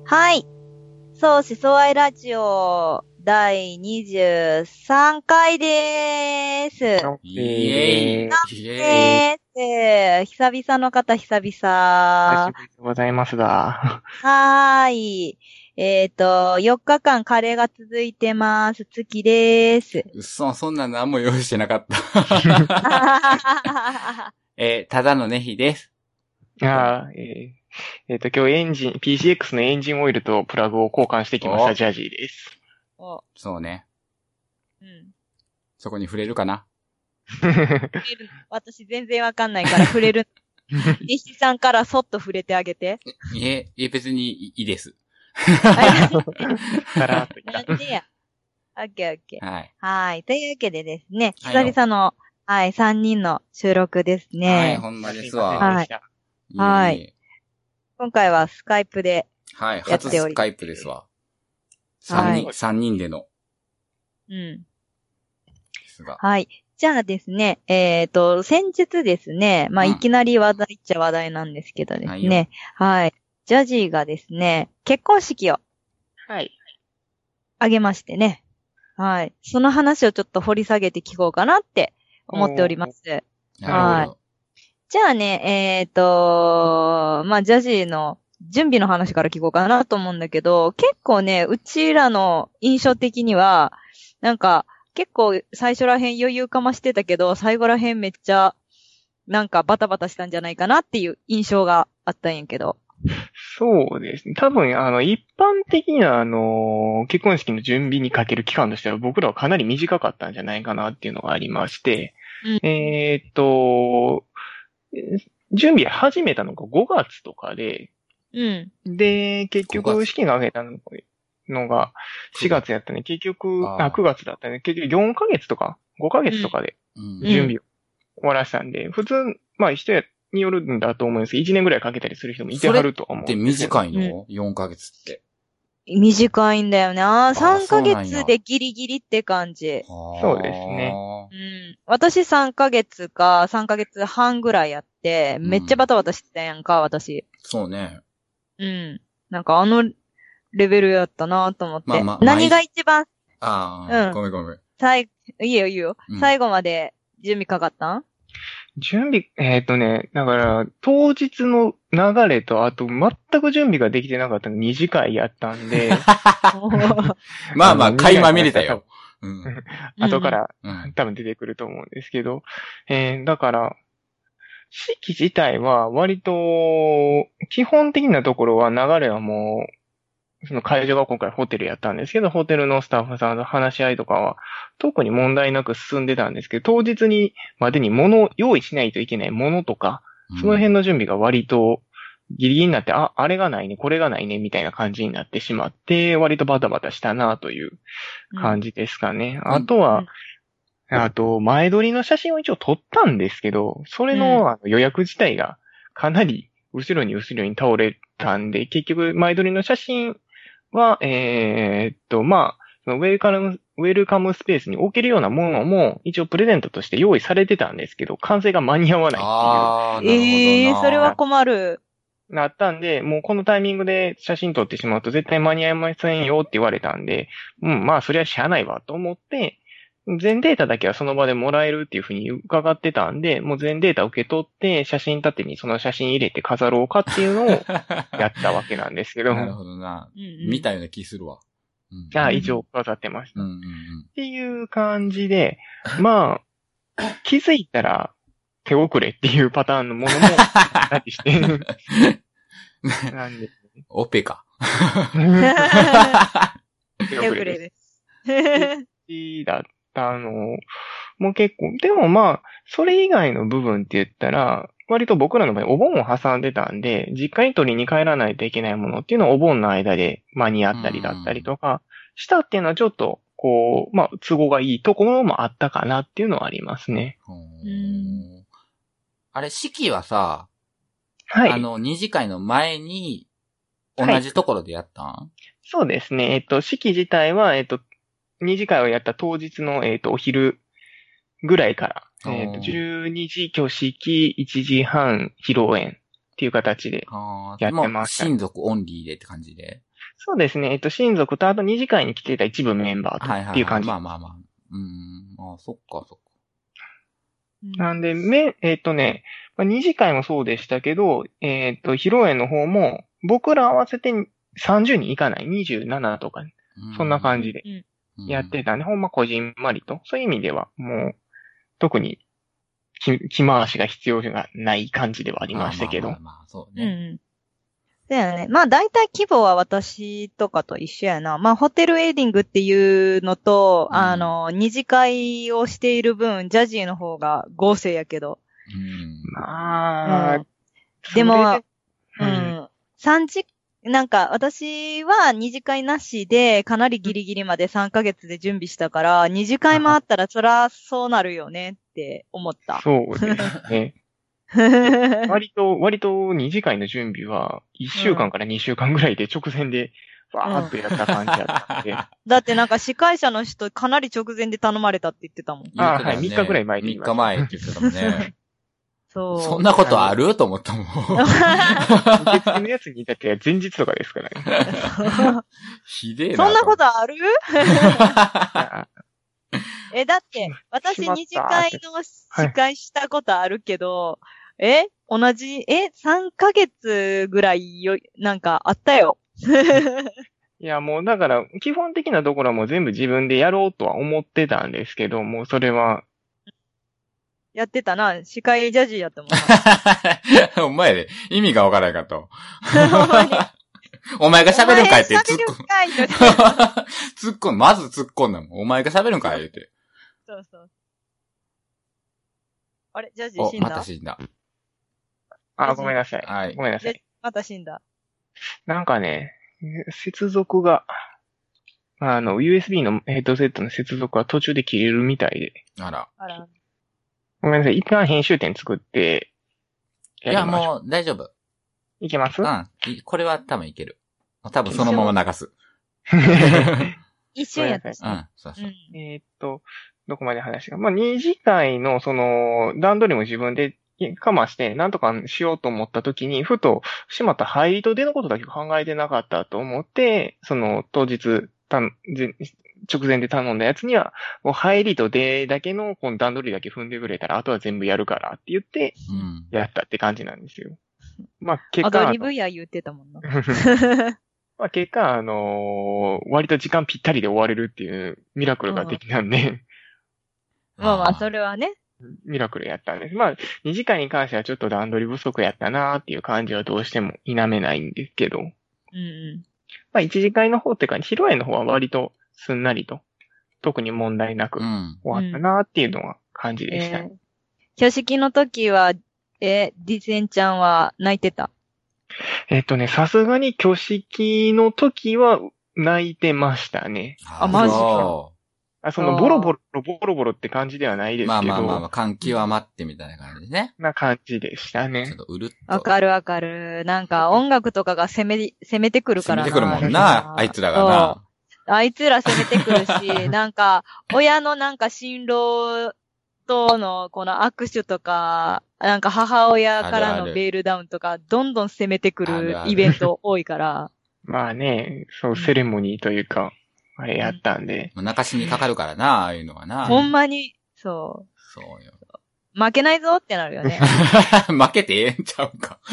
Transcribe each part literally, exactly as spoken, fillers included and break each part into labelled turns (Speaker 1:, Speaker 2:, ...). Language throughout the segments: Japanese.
Speaker 1: はい。相思相愛ラジオだいにじゅうさんかいでーす。
Speaker 2: イエーイ。
Speaker 1: イエーイ。久々の方、久々。
Speaker 2: 久しぶりでございますが。
Speaker 1: はーい。えっと、よっかかんカレーが続いてます。月でーす。
Speaker 3: うっそ、そんな何も用意してなかった。えー、ただのねひです。
Speaker 2: あえー、えっ、ー、と、今日エンジン、ピーシーエックス のエンジンオイルとプラグを交換してきました、ジャジーです。
Speaker 1: お
Speaker 3: そうね。
Speaker 1: うん。
Speaker 3: そこに触れるかな
Speaker 1: 私全然わかんないから触れる。西さんからそっと触れてあげて。
Speaker 3: いえ、いえ、別にいいです。
Speaker 2: さらっと言った。
Speaker 1: なんでや。オッケーオッケー。
Speaker 3: はい。
Speaker 1: はい。というわけでですね、久々の、はい、さんにんの収録ですね。
Speaker 3: はい、ほんまですわ。
Speaker 1: はい。はい。今回はスカイプで
Speaker 3: はい、初スカイプですわ。さんにん、さんにんでの。
Speaker 1: うん。
Speaker 3: ですが。
Speaker 1: はい。じゃあですね、えっと、先日ですね、まあ、いきなり話題っちゃ話題なんですけどですね、はい、はい。ジャジーがですね、結婚式を、
Speaker 2: はい。
Speaker 1: あげましてね。はい。その話をちょっと掘り下げて聞こうかなって思っております。はい。じゃあね、えっと、まあ、ジャジーの準備の話から聞こうかなと思うんだけど、結構ね、うちらの印象的には、なんか、結構最初らへん余裕かましてたけど、最後らへんめっちゃ、なんかバタバタしたんじゃないかなっていう印象があったんやけど。
Speaker 2: そうですね。多分、あの、一般的な、あの、結婚式の準備にかける期間としては僕らはかなり短かったんじゃないかなっていうのがありまして、うん、えー、っと、準備始めたのがごがつとかで、
Speaker 1: うん。
Speaker 2: で、結局式が挙げたのがしがつやったね。結局、あ、くがつだったね。結局よんかげつとかごかげつとかで準備を終わらしたんで、うん、普通、まあ人によるんだと思うんですけど、いちねんぐらいかけたりする人もいてはると思うんですよ。
Speaker 3: で、短いの、うん、よんかげつって。
Speaker 1: 短いんだよね。ああ、さんかげつでギリギリって感じ。
Speaker 2: そうですね。
Speaker 1: うん。私さんかげつかさんかげつはんぐらいやって、めっちゃバタバタしてたやんか、私。
Speaker 3: そうね。
Speaker 1: うん。なんかあのレベルやったなと思って。
Speaker 3: まあまあ、
Speaker 1: 何が一番、
Speaker 3: ああ、うん、ごめんごめん。
Speaker 1: 最、いいよいいよ、うん。最後まで準備かかったん？
Speaker 2: 準備、えっ、ー、とね、だから、当日の流れと、あと、全く準備ができてなかったのにじかいやったんで。
Speaker 3: まあまあ、垣間見れたよ。
Speaker 2: うん、後から、うん、多分出てくると思うんですけど。えー、だから、式自体は割と、基本的なところは流れはもう、その会場が今回ホテルやったんですけど、ホテルのスタッフさんの話し合いとかは、特に問題なく進んでたんですけど、当日にまでに物を用意しないといけないものとか、その辺の準備が割とギリギリになって、あ、あれがないね、これがないね、みたいな感じになってしまって、割とバタバタしたなという感じですかね。うん、あとは、うん、あと、前撮りの写真を一応撮ったんですけど、それの予約自体がかなり後ろに後ろに倒れたんで、結局前撮りの写真は、えー、っと、まあ、そのウェルカム、ウェルカムスペースに置けるようなものも一応プレゼントとして用意されてたんですけど、完成が間に合わないっていう。
Speaker 3: ああ、なるほどな。
Speaker 1: ええー、それは困る。
Speaker 2: なったんで、もうこのタイミングで写真撮ってしまうと絶対間に合いませんよって言われたんで、うん、まあそりゃしゃあないわと思って、全データだけはその場でもらえるっていうふうに伺ってたんで、もう全データ受け取って写真立てにその写真入れて飾ろうかっていうのをやったわけなんですけど。
Speaker 3: なるほどな。見たような気するわ。
Speaker 2: うん、あ、一応飾ってました、
Speaker 3: うんうんうん。
Speaker 2: っていう感じで、まあ、気づいたら手遅れっていうパターンのものもあったりして。なんで、
Speaker 3: オペか。
Speaker 1: 手遅れです。
Speaker 2: だったのもう結構、でもまあ、それ以外の部分って言ったら、割と僕らの場合お盆を挟んでたんで、実家に取りに帰らないといけないものっていうのはお盆の間で間に合ったりだったりとか、したっていうのはちょっと、こう、まあ、都合がいいところもあったかなっていうのはありますね。
Speaker 3: うんあれ、式はさ、
Speaker 2: はい。
Speaker 3: あの、二次会の前に、同じところでやったん、はい、
Speaker 2: そうですね。えっと、式自体は、えっと、二次会をやった当日の、えっと、お昼ぐらいから、えっと、じゅうにじ挙式、いちじはん披露宴っていう形でやってました。
Speaker 3: 親族オンリーでって感じで。
Speaker 2: そうですね。えっと、親族とあと二次会に来ていた一部メンバーと、はいはいはい、っていう感じ。
Speaker 3: まあまあまあ。うん。あ、そっか、そっか。
Speaker 2: なんで、め、えっとね、まあ、二次会もそうでしたけど、えっと、披露宴の方も、僕ら合わせてさんじゅうにんいかない、にじゅうななとか、ね、そんな感じでやってたね。ほんまこじんまりと。そういう意味では、もう、特に着、着回しが必要がない感じではありましたけど。まあ
Speaker 3: まあまあ、そうね。うん。
Speaker 1: だよね。まあ大体規模は私とかと一緒やな。まあホテルウェディングっていうのと、うん、あの、二次会をしている分、ジャジーの方が豪勢やけど。
Speaker 2: うん、まあ、うん、
Speaker 1: でも、うん。三次、なんか私は二次会なしでかなりギリギリまでさんかげつで準備したから、二次会もあったらそらそうなるよねって思った。
Speaker 2: そうですね。割と、割と二次会の準備は、一週間から二週間ぐらいで直前で、わーっとやった感じだったんで、うん。
Speaker 1: だってなんか司会者の人かなり直前で頼まれたって言ってたもん。
Speaker 2: ああ、はい、みっかぐらい前で
Speaker 3: 言いました。みっかまえって言ってたもんね。
Speaker 1: そう。
Speaker 3: そんなことあると思ったもん。
Speaker 2: 受付のやつに至っては前日とかですからね。
Speaker 3: ひでえな。
Speaker 1: そんなことあるえ、だって、私二次会の司会したことあるけど、はい、え同じ、え ?さん ヶ月ぐらいよ、なんかあったよ。
Speaker 2: いや、もうだから、基本的なところはもう全部自分でやろうとは思ってたんですけど、もうそれは。
Speaker 1: やってたな。司会ジャジーやったもん
Speaker 3: な。お前で、意味がわからんかと。お前が喋るんかいって突っ込む。突っ込む。まず突っ込んだもん。お前が喋るんかいって。
Speaker 1: そうそう。あれジャジー死んだ？
Speaker 3: また死んだ。
Speaker 2: あ、ごめんなさい。
Speaker 3: はい。
Speaker 2: ごめんなさい。
Speaker 1: また死んだ。
Speaker 2: なんかね、接続が、あの、ユーエスビー のヘッドセットの接続は途中で切れるみたいで。
Speaker 3: あら。
Speaker 1: あら。
Speaker 2: ごめんなさい。一旦編集点作って
Speaker 3: やりましょう。いや、もう大丈夫。
Speaker 2: いけます？
Speaker 3: うん。これは多分いける。多分そのまま流す。
Speaker 1: 一瞬やったし。
Speaker 3: うん、そうそう。
Speaker 2: えー、っと、どこまで話が。まあ、二次会のその、段取りも自分でかまして、なんとかしようと思った時に、ふと、しまった入りと出のことだけ考えてなかったと思って、その、当日、たん直前で頼んだやつには、もう入りと出だけのこの段取りだけ踏んでくれたら、あとは全部やるからって言って、やったって感じなんですよ。うん、まあ、結果。
Speaker 1: アドリブや言ってたもんな。
Speaker 2: まあ、結果、あのー、割と時間ぴったりで終われるっていうミラクルができたんで、うん。
Speaker 1: まあまあ、それはね。
Speaker 2: ミラクルやったんです。まあ、二次会に関してはちょっと段取り不足やったなーっていう感じはどうしても否めないんですけど。うん
Speaker 1: うん。
Speaker 2: まあ、一次会の方っていうか、披露宴の方は割とすんなりと、特に問題なく終わったなーっていうのは感じでした、ね。
Speaker 1: うんえー、挙式の時は、え、ディゼンちゃんは泣いてた？
Speaker 2: えっとね、さすがに挙式の時は泣いてましたね。
Speaker 1: あ、マジか。
Speaker 2: あ、その、ボロボロ、ボロボロって感じではないですけど。
Speaker 3: まあまあまあまあ、感極まってみたいな感じね。
Speaker 2: な感じでしたね。
Speaker 3: ちょっとうるっと。
Speaker 1: わかるわかる。なんか、音楽とかが攻め、攻めてくるからな。
Speaker 3: 攻めてくるもんな、あいつらがな。
Speaker 1: あいつら攻めてくるし、なんか、親のなんか新郎とのこの握手とか、なんか母親からのベールダウンとか、どんどん攻めてくるイベント多いから。
Speaker 2: まあね、そう、セレモニーというか、あれやったんで。
Speaker 3: うん、泣かしにかかるからな、ああいうのはな。
Speaker 1: ほんまに、そう。
Speaker 3: そうよ。
Speaker 1: 負けないぞってなるよね。
Speaker 3: 負けてええんちゃうか。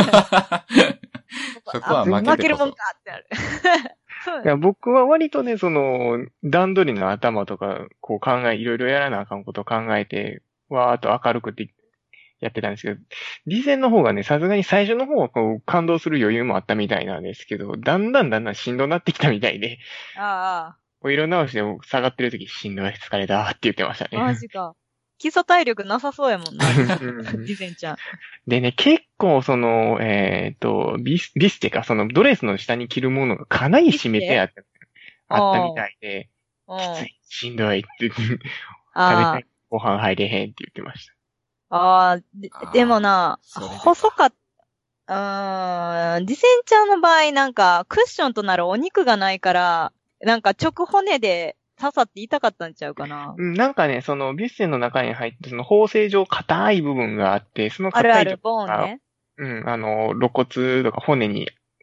Speaker 3: そこは負けてこそ。
Speaker 1: 負けるもんかってなる。
Speaker 2: いや僕は割とね、その、段取りの頭とか、こう考え、いろいろやらなあかんことを考えて、わーっと明るくてやってたんですけど、リゼンの方がね、さすがに最初の方はこう感動する余裕もあったみたいなんですけど、だんだんだんだんしんどなってきたみたいで、
Speaker 1: ああ。
Speaker 2: お色直しでも下がってる時しんどい疲れたって言ってましたね。
Speaker 1: マジか。基礎体力なさそうやもんな。リゼンちゃん。
Speaker 2: でね、結構その、えっ、ー、と、ビス、ビスってか、そのドレスの下に着るものがかなり締めてあった、あったみたいで、きつい、しんどいって言って、食べたいご飯入れへんって言ってました。
Speaker 1: ああ、で、でもな、細かった、うーん、ディセンちゃんの場合なんか、クッションとなるお肉がないから、なんか直骨で刺さって痛かったんちゃうかな。
Speaker 2: うん、なんかね、そのビュッセンの中に入って、その縫製上硬い部分があって、その硬い
Speaker 1: あるある、ボーンね。
Speaker 2: うん、あの、肋骨とか骨に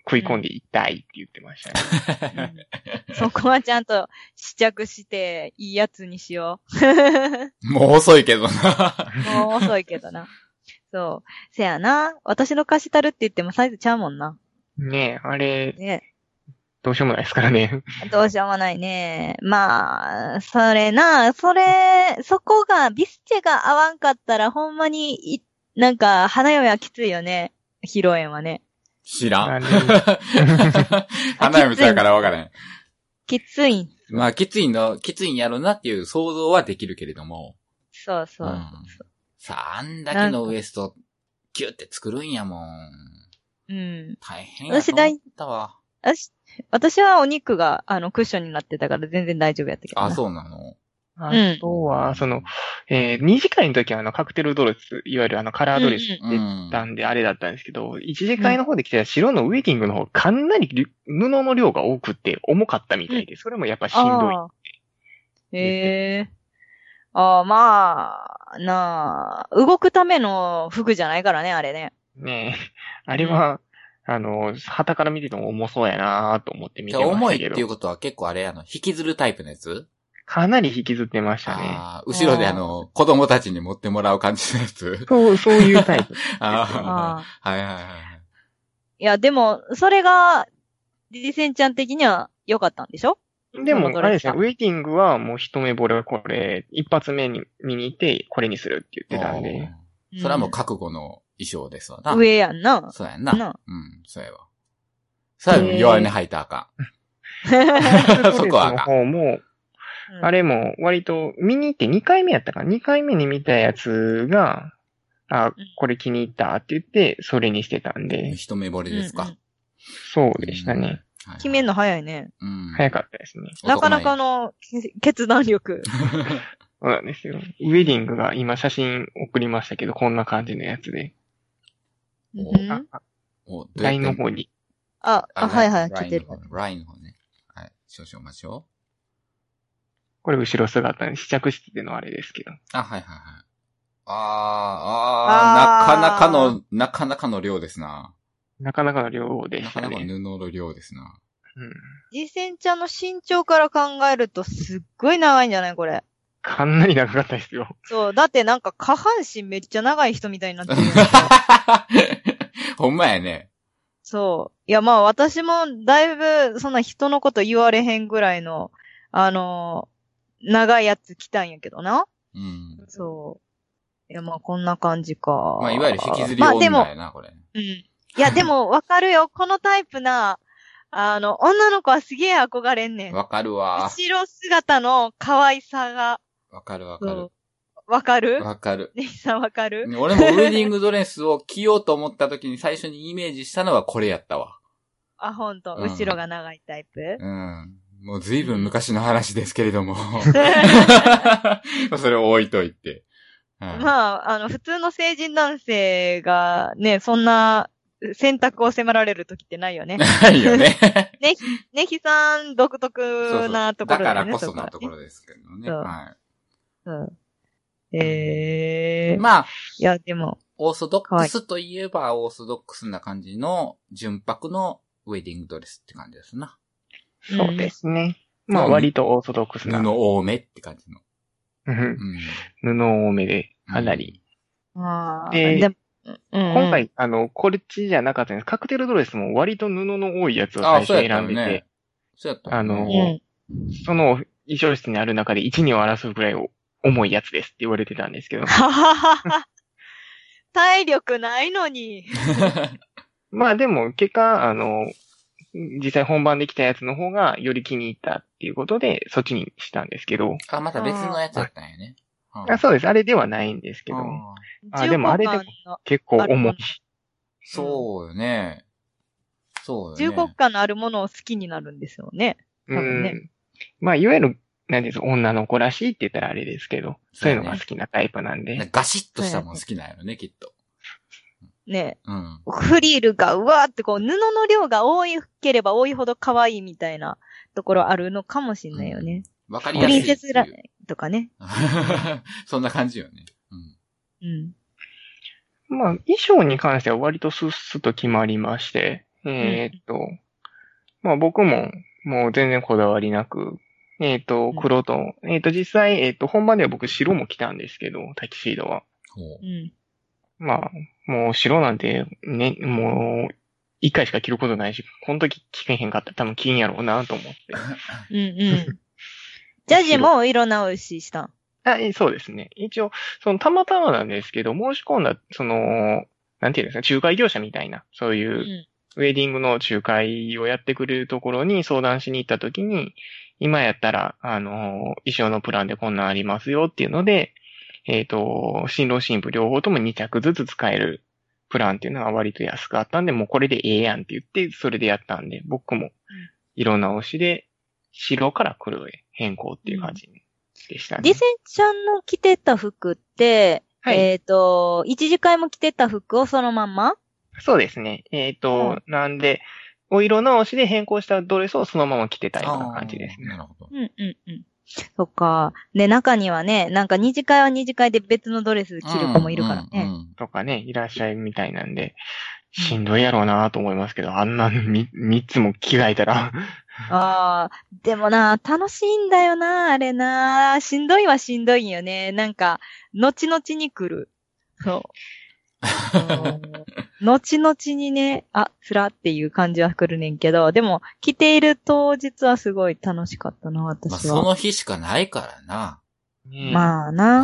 Speaker 2: 食い込んでいたいって言ってましたね。
Speaker 1: うん、そこはちゃんと試着して、いいやつにしよ
Speaker 3: う。もう遅いけどな。
Speaker 1: もう遅いけどな。そう。せやな。私のカシタルって言ってもサイズちゃうもんな。
Speaker 2: ねえ、あれ、
Speaker 1: ね、
Speaker 2: どうしようもないですからね。
Speaker 1: どうしようもないね。まあ、それな、それ、そこが、ビスチェが合わんかったら、ほんまに、いなんか、花嫁はきついよね。披露宴はね。
Speaker 3: 知らん。花嫁ちゃうからわからん。
Speaker 1: きついん。
Speaker 3: まあ、きついの、きついんやろなっていう想像はできるけれども。
Speaker 1: そうそう。うん、
Speaker 3: さあ、あんだけのウエスト、キュって作るんやもん。
Speaker 1: うん。
Speaker 3: 大変やと思ったわ。
Speaker 1: 私、私はお肉が、あの、クッションになってたから全然大丈夫やったけど。
Speaker 3: あ、そうなの？
Speaker 2: あとは、その、えー、二次会の時はあの、カクテルドレス、いわゆるあの、カラードレスって言ったんで、あれだったんですけど、一次会の方で来てた白のウェディングの方、かなり布の量が多くて重かったみたいで、それもやっぱしんどい。
Speaker 1: へえー。ああ、まあ、なあ、動くための服じゃないからね、あれね。
Speaker 2: ねえ、あれは、うん、あの、旗から見てても重そうやなと思って見てましたけど。
Speaker 3: 重いっていうことは結構あれやの、引きずるタイプのやつ？
Speaker 2: かなり引きずってましたね。
Speaker 3: あ後ろであの、子供たちに持ってもらう感じのやつ？
Speaker 2: そう、そういうタイプ。
Speaker 3: ああ、はいはいはい。
Speaker 1: いや、でも、それが、リリセンちゃん的には良かったんでしょ？
Speaker 2: でも、あれですね、ウェディングはもう一目惚れ、これ、一発目に見に行って、これにするって言ってたんで。
Speaker 3: それはもう覚悟の衣装ですわな。
Speaker 1: 上やんな。
Speaker 3: そうやんな。なうん、そうやわ。さあ、弱音吐いたらあか
Speaker 2: ん。そこはあかん。方も、あれも割と見に行ってにかいめやったかな ?に 回目に見たやつが、あ、これ気に入ったって言って、それにしてたんで。
Speaker 3: 一目惚れですか。うんうん、
Speaker 2: そうでしたね。
Speaker 1: 決めんの早いね。
Speaker 2: うん、早かったですね。
Speaker 1: なかなかの決断力。
Speaker 2: そうなんですよ。ウェディングが今写真送りましたけど、こんな感じのやつで。
Speaker 1: うん、あ、
Speaker 2: あ、ライン の方に。
Speaker 1: あ、あ、はいはい、
Speaker 3: 来てる。ラインの方ね。はい、少々お待ちを。
Speaker 2: これ後ろ姿に試着室でのあれですけど。
Speaker 3: あ、はいはいはい。ああ、ああ、なかなかの、なかなかの量ですな。
Speaker 2: なかなかの量でしたね。
Speaker 3: なかなか布の量ですな。
Speaker 1: うん。ジセンちゃんの身長から考えるとすっごい長いんじゃないこれ。
Speaker 2: かなり長かったですよ。
Speaker 1: そう。だってなんか下半身めっちゃ長い人みたいになってる。
Speaker 3: ほんまやね。
Speaker 1: そう。いやまあ私もだいぶそんな人のこと言われへんぐらいの、あのー、長いやつ来たんやけどな。
Speaker 3: うん。
Speaker 1: そう。いやまあこんな感じか。
Speaker 3: まあいわゆる引きずり女やな、まあ、これ。
Speaker 1: うん。いやでもわかるよ。このタイプな、あの、女の子はすげえ憧れんねん。
Speaker 3: わかるわ。
Speaker 1: 後ろ姿の可愛さが。
Speaker 3: わかるわかる。
Speaker 1: わかる
Speaker 3: わかる。
Speaker 1: ネヒさんわかる？
Speaker 3: 俺もウェディングドレスを着ようと思った時に最初にイメージしたのはこれやったわ。
Speaker 1: あ、ほんと。うん、後ろが長いタイプ？
Speaker 3: うん。もう随分昔の話ですけれども。それを置いといて。
Speaker 1: うん、まあ、あの、普通の成人男性がね、そんな、選択を迫られる時ってないよね。
Speaker 3: ないよね。
Speaker 1: ね、ねひさん独特なところ
Speaker 3: だよね。だからこそなところですけどね。
Speaker 1: そう
Speaker 3: はい。
Speaker 1: うん。ええー。
Speaker 3: まあ。
Speaker 1: いや、でも。
Speaker 3: オーソドックスといえば、オーソドックスな感じの純白のウェディングドレスって感じですな。
Speaker 2: そうですね。うん、まあ、割とオーソドックスな。
Speaker 3: 布多めって感じの。
Speaker 2: うん。布多めで、かなり。
Speaker 1: うん、ああ。
Speaker 2: で、でうんうん、今回、あの、こっちじゃなかったんです。カクテルドレスも割と布の多いやつを最初選んでて、
Speaker 3: そうやったね。
Speaker 2: あの、うん、その衣装室にある中で一、二を争うくらい重いやつですって言われてたんですけど。
Speaker 1: 体力ないのに。
Speaker 2: まあでも、結果、あの、実際本番できたやつの方がより気に入ったっていうことで、そっちにしたんですけど。
Speaker 3: あ、また別のやつだったんやね。
Speaker 2: あ、そうです。あれではないんですけど。あ、でもあれでも結構重い。
Speaker 3: そうよね。そうよね。
Speaker 1: 重厚感のあるものを好きになるんですよね。多分ね。
Speaker 2: うん。まあ、いわゆる、なんです女の子らしいって言ったらあれですけど、そういうのが好きなタイプなんで。
Speaker 3: ね、ガシッとしたもん好きなんやろね、きっと。
Speaker 1: ね、
Speaker 3: うん。
Speaker 1: フリールがうわーってこう布の量が多ければ多いほど可愛いみたいなところあるのかもしれないよね。
Speaker 3: わ、うん、かりやすい。
Speaker 1: プリンセスラとかね。
Speaker 3: そんな感じよね。
Speaker 1: うん。うん。
Speaker 2: まあ、衣装に関しては割とスッスと決まりまして。 えー、っと、うん、まあ僕ももう全然こだわりなく、えー、っと、黒と、えー、っと実際、えー、っと本番では僕白も着たんですけど、タキシードは。
Speaker 1: うん、ま
Speaker 2: あ、もう白なんてね、もう一回しか着ることないし、この時着けへんかったら多分着んやろうなと思って。
Speaker 1: うんうん。ジャジも色直ししたん？
Speaker 2: あ、そうですね。一応、そのたまたまなんですけど、申し込んだ、その、なんていうんですか、仲介業者みたいな、そういう、ウェディングの仲介をやってくれるところに相談しに行った時に、今やったら、あの、衣装のプランでこんなんありますよっていうので、えっと、新郎新婦両方ともに着ずつ使えるプランっていうのは割と安かったんで、もうこれでええやんって言って、それでやったんで、僕も色直しで白から黒へ変更っていう感じでしたね。
Speaker 1: リセちゃんの着てた服って、はい、えっと、一次会も着てた服をそのまんま？
Speaker 2: そうですね。えっと、うん、なんで、お色直しで変更したドレスをそのまま着てたような感じですね。
Speaker 3: なるほど。
Speaker 1: うんうんうん。そっか。で、中にはね、なんか二次会は二次会で別のドレス着る子もいるからね。うんうんうん、
Speaker 2: とかね、いらっしゃいみたいなんで、しんどいやろうなと思いますけど、あんなみ三つも着替えたら。
Speaker 1: ああ、でもな、楽しいんだよな、あれな。しんどいはしんどいよね。なんか、後々に来る。そう。後々にね、あ、つらっていう感じは来るねんけど、でも、着ている当日はすごい楽しかったな、私は。
Speaker 3: まあ、その日しかないからな。
Speaker 1: まあな。
Speaker 3: うん。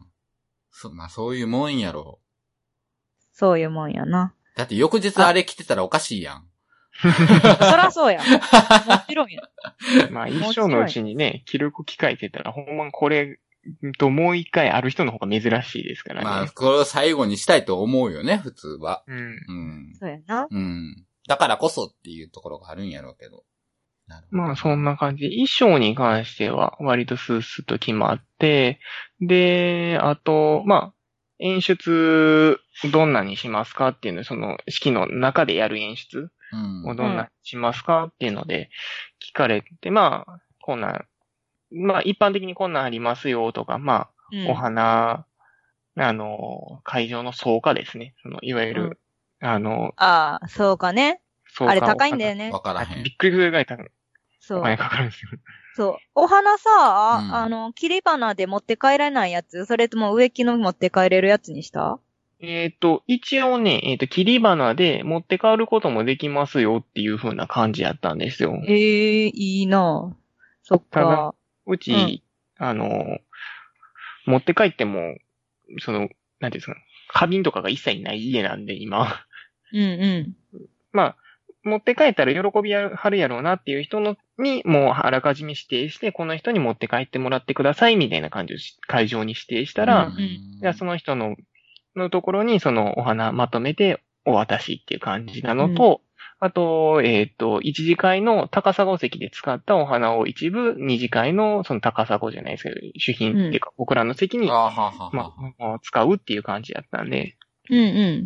Speaker 3: そ、まあ、そういうもんやろ。
Speaker 1: そういうもんやな。
Speaker 3: だって翌日あれ着てたらおかしいやん。
Speaker 1: そらそうや。もちろんや。
Speaker 2: まあ、一生のうちにね、着る機会って言ったら、ほんまこれともう一回ある人の方が珍しいですからね。
Speaker 3: まあ、これを最後にしたいと思うよね、普通は。
Speaker 2: うん。
Speaker 3: うん。
Speaker 1: そうやな。
Speaker 3: うん。だからこそっていうところがあるんやろうけど。
Speaker 2: なるほど。まあ、そんな感じ。衣装に関しては割とスースーと決まって、で、あと、まあ、演出、どんなにしますかっていうの、その式の中でやる演出をどんなにしますかっていうので聞かれて、まあ、こんな、まあ一般的にこんなんありますよとか、まあ、うん、お花、あの、会場の草加ですね。そのいわゆる、うん、あの、
Speaker 1: ああ、草加ね。あれ高いんだよね。
Speaker 3: わからへん。
Speaker 2: びっくりするぐらい高い。そう。お金かかるんですよ。
Speaker 1: そう。お花さ、うん、あの、切り花で持って帰らないやつ、それとも植木の持って帰れるやつにした？
Speaker 2: えっ、ー、と、一応ね、えっ、ー、と、切り花で持って帰ることもできますよっていう風な感じやったんですよ。
Speaker 1: ええー、いいな。そっか。ただ、
Speaker 2: うち、うん、あの、持って帰っても、その、なんていうんですか、花瓶とかが一切ない家なんで、今。
Speaker 1: うんうん。
Speaker 2: まあ、持って帰ったら喜びはるやろうなっていう人のに、もうあらかじめ指定して、この人に持って帰ってもらってくださいみたいな感じを会場に指定したら、うんうん、じゃあその人の、のところにそのお花まとめてお渡しっていう感じなのと、うん、あと、えっ、ー、と、一次会の高砂席で使ったお花を一部、二次会のその高砂じゃないですけど、主品っていうか、僕らの席に、まあ、使うっていう感じだったんで。
Speaker 1: うんうん。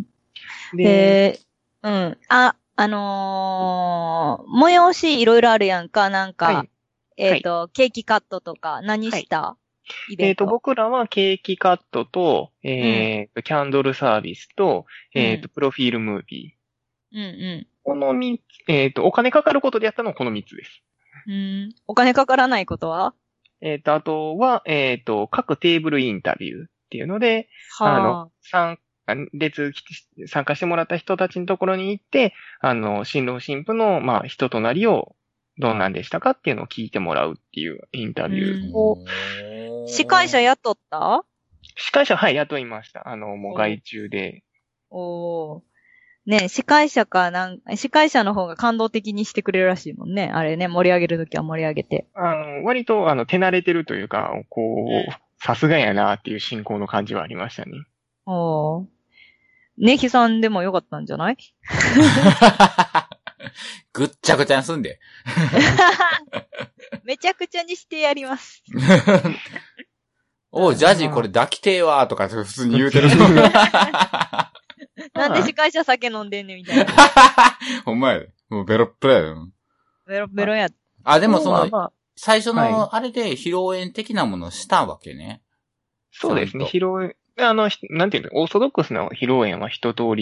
Speaker 1: で、うん。あ、あのー、催しいろいろあるやんか、なんか、はい、えっ、ー、と、はい、ケーキカットとか、何した、はい、イベント？
Speaker 2: えっ、ー、と、僕らはケーキカットと、えっ、ー、と、うん、キャンドルサービスと、えっ、と、プロフィールムービ
Speaker 1: ー。うんうん。
Speaker 2: このみっつ、えっ、と、お金かかることでやったのはこのみっつです。
Speaker 1: うん。お金かからないことは？
Speaker 2: えっ、と、あとは、えっ、と、各テーブルインタビューっていうので、はあ、あの、参列、参加してもらった人たちのところに行って、あの、新郎新婦の、まあ、人となりをどんなんでしたかっていうのを聞いてもらうっていうインタビューを。
Speaker 1: 司会者雇った？
Speaker 2: 司会者、はい、雇いました。あの、もう外注で。
Speaker 1: おー。ね、司会者かなん、司会者の方が感動的にしてくれるらしいもんね。あれね、盛り上げるときは盛り上げて。
Speaker 2: あの、割と、あの、手慣れてるというか、こう、さすがやなっていう進行の感じはありましたね。
Speaker 1: おー。ネヒさんでもよかったんじゃない？
Speaker 3: ぐっちゃぐちゃにすんで。
Speaker 1: めちゃくちゃにしてやります。
Speaker 3: おう、ジャジこれ抱きてーわーとか普通に言うてる。
Speaker 1: なんで司会者酒飲んでんねんみたいな。
Speaker 3: ほんまやで。もうベロッベロやよ。
Speaker 1: ベロッベロや。
Speaker 3: あ、でもその、最初のあれで披露宴的なものをしたわけね。
Speaker 2: そうですね、披露宴。あの、なんていうの、オーソドックスな披露宴は一通りやっ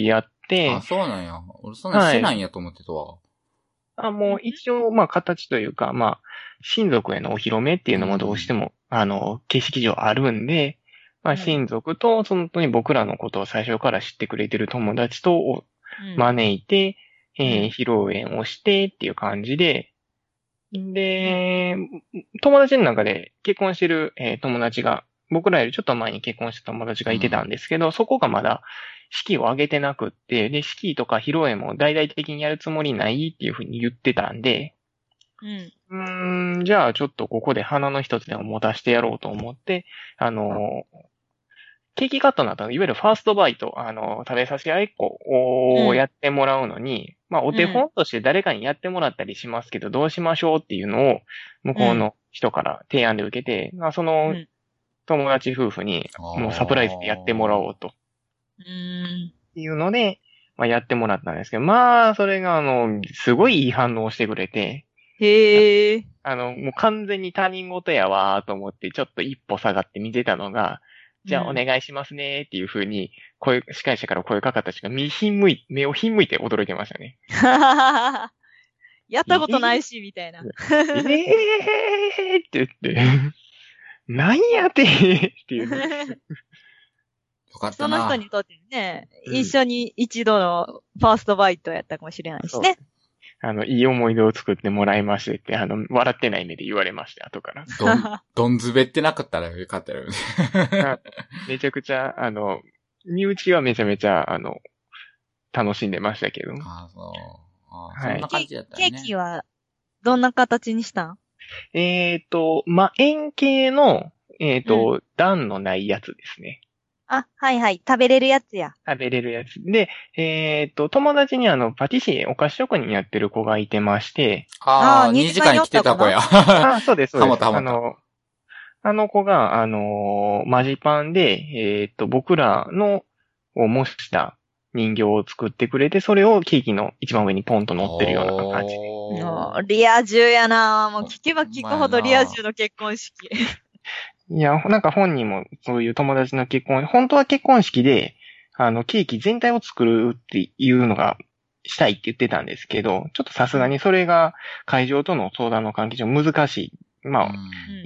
Speaker 2: て。
Speaker 3: あ、そうなんや。俺そんなしてないんやと思ってたわ。はい、
Speaker 2: あ、もう一応、まあ形というか、まあ、親族へのお披露目っていうのもどうしても、うん、あの、形式上あるんで、まあ親族と、そのに僕らのことを最初から知ってくれてる友達と招いて、うん、えー、披露宴をしてっていう感じで、で、友達の中で結婚してる、えー、友達が、僕らよりちょっと前に結婚した友達がいてたんですけど、うん、そこがまだ式を挙げてなくって、で、式とか披露宴も大々的にやるつもりないっていうふうに言ってたんで、うん、うーん、じゃあちょっとここで花の一つでも持たせてやろうと思って、あのー、ケーキカットの後、いわゆるファーストバイト、あのー、食べさせ合いっこをやってもらうのに、うん、まあお手本として誰かにやってもらったりしますけど、どうしましょうっていうのを向こうの人から提案で受けて、まあその、うん友達夫婦に、もうサプライズでやってもらおうと。
Speaker 1: うーん。
Speaker 2: っていうので、まあやってもらったんですけど、まあ、それがあの、すごいいい反応をしてくれて。
Speaker 1: へー。
Speaker 2: あの、もう完全に他人事やわーと思って、ちょっと一歩下がって見てたのが、じゃあお願いしますねーっていう風に、声、司会者から声かかった人が、目ひんむい、目をひんむいて驚いてましたね。
Speaker 1: やったことないし、みたいな。
Speaker 2: えー、えーって言って。なんやてっていう。
Speaker 3: よかったな。
Speaker 1: その人にとってね、うん、一緒に一度のファーストバイトやったかもしれないしね。
Speaker 2: あの、いい思い出を作ってもらいましてって、あの、笑ってない目で言われまして、後から。
Speaker 3: どん、どんずべってなかったらよかったよね。
Speaker 2: めちゃくちゃ、あの、身内はめちゃめちゃ、あの、楽しんでましたけど。
Speaker 3: ああ、そう。ああ、
Speaker 2: はい、
Speaker 3: そんな感じだったね。
Speaker 1: ケーキは、どんな形にしたん？
Speaker 2: えっと、ま、円形の、えっと、うん、段のないやつですね。
Speaker 1: あ、はいはい。食べれるやつや。
Speaker 2: 食べれるやつ。で、えっと、友達にあの、パティシエ、お菓子職人やってる子がいてまして。
Speaker 3: ああ、にじかんに来てた子や。
Speaker 2: あ、そうです、そうです。
Speaker 3: はまたはまた。
Speaker 2: あの、あの子が、あのー、マジパンで、えっと、僕らの、を模した人形を作ってくれて、それをケーキの一番上にポンと乗ってるような感じで。
Speaker 1: リア充やなもう聞けば聞くほどリア充の結婚式。
Speaker 2: いや、なんか本人もそういう友達の結婚、本当は結婚式で、あの、ケーキ全体を作るっていうのがしたいって言ってたんですけど、ちょっとさすがにそれが会場との相談の関係上難しい。まあ、うん、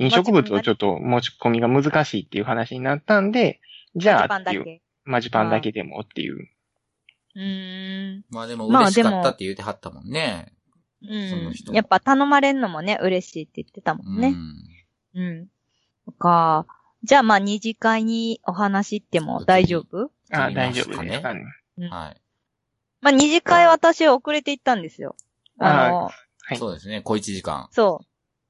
Speaker 2: 飲食物をちょっと持ち込みが難しいっていう話になったんで、じゃあっていう、マジパンだけでもっていう。
Speaker 1: うーん。
Speaker 3: まあでも嬉しかったって言ってはったもんね。
Speaker 1: うん。やっぱ頼まれんのもね、嬉しいって言ってたもんね。うん。うん。か。じゃあまあ二次会にお話行っても大丈夫？
Speaker 2: あ、大丈夫ですかね。
Speaker 3: うん、はい。
Speaker 1: まあ二次会私遅れて行ったんですよ。あの、
Speaker 3: はい、そうですね、小一時間。
Speaker 1: そう。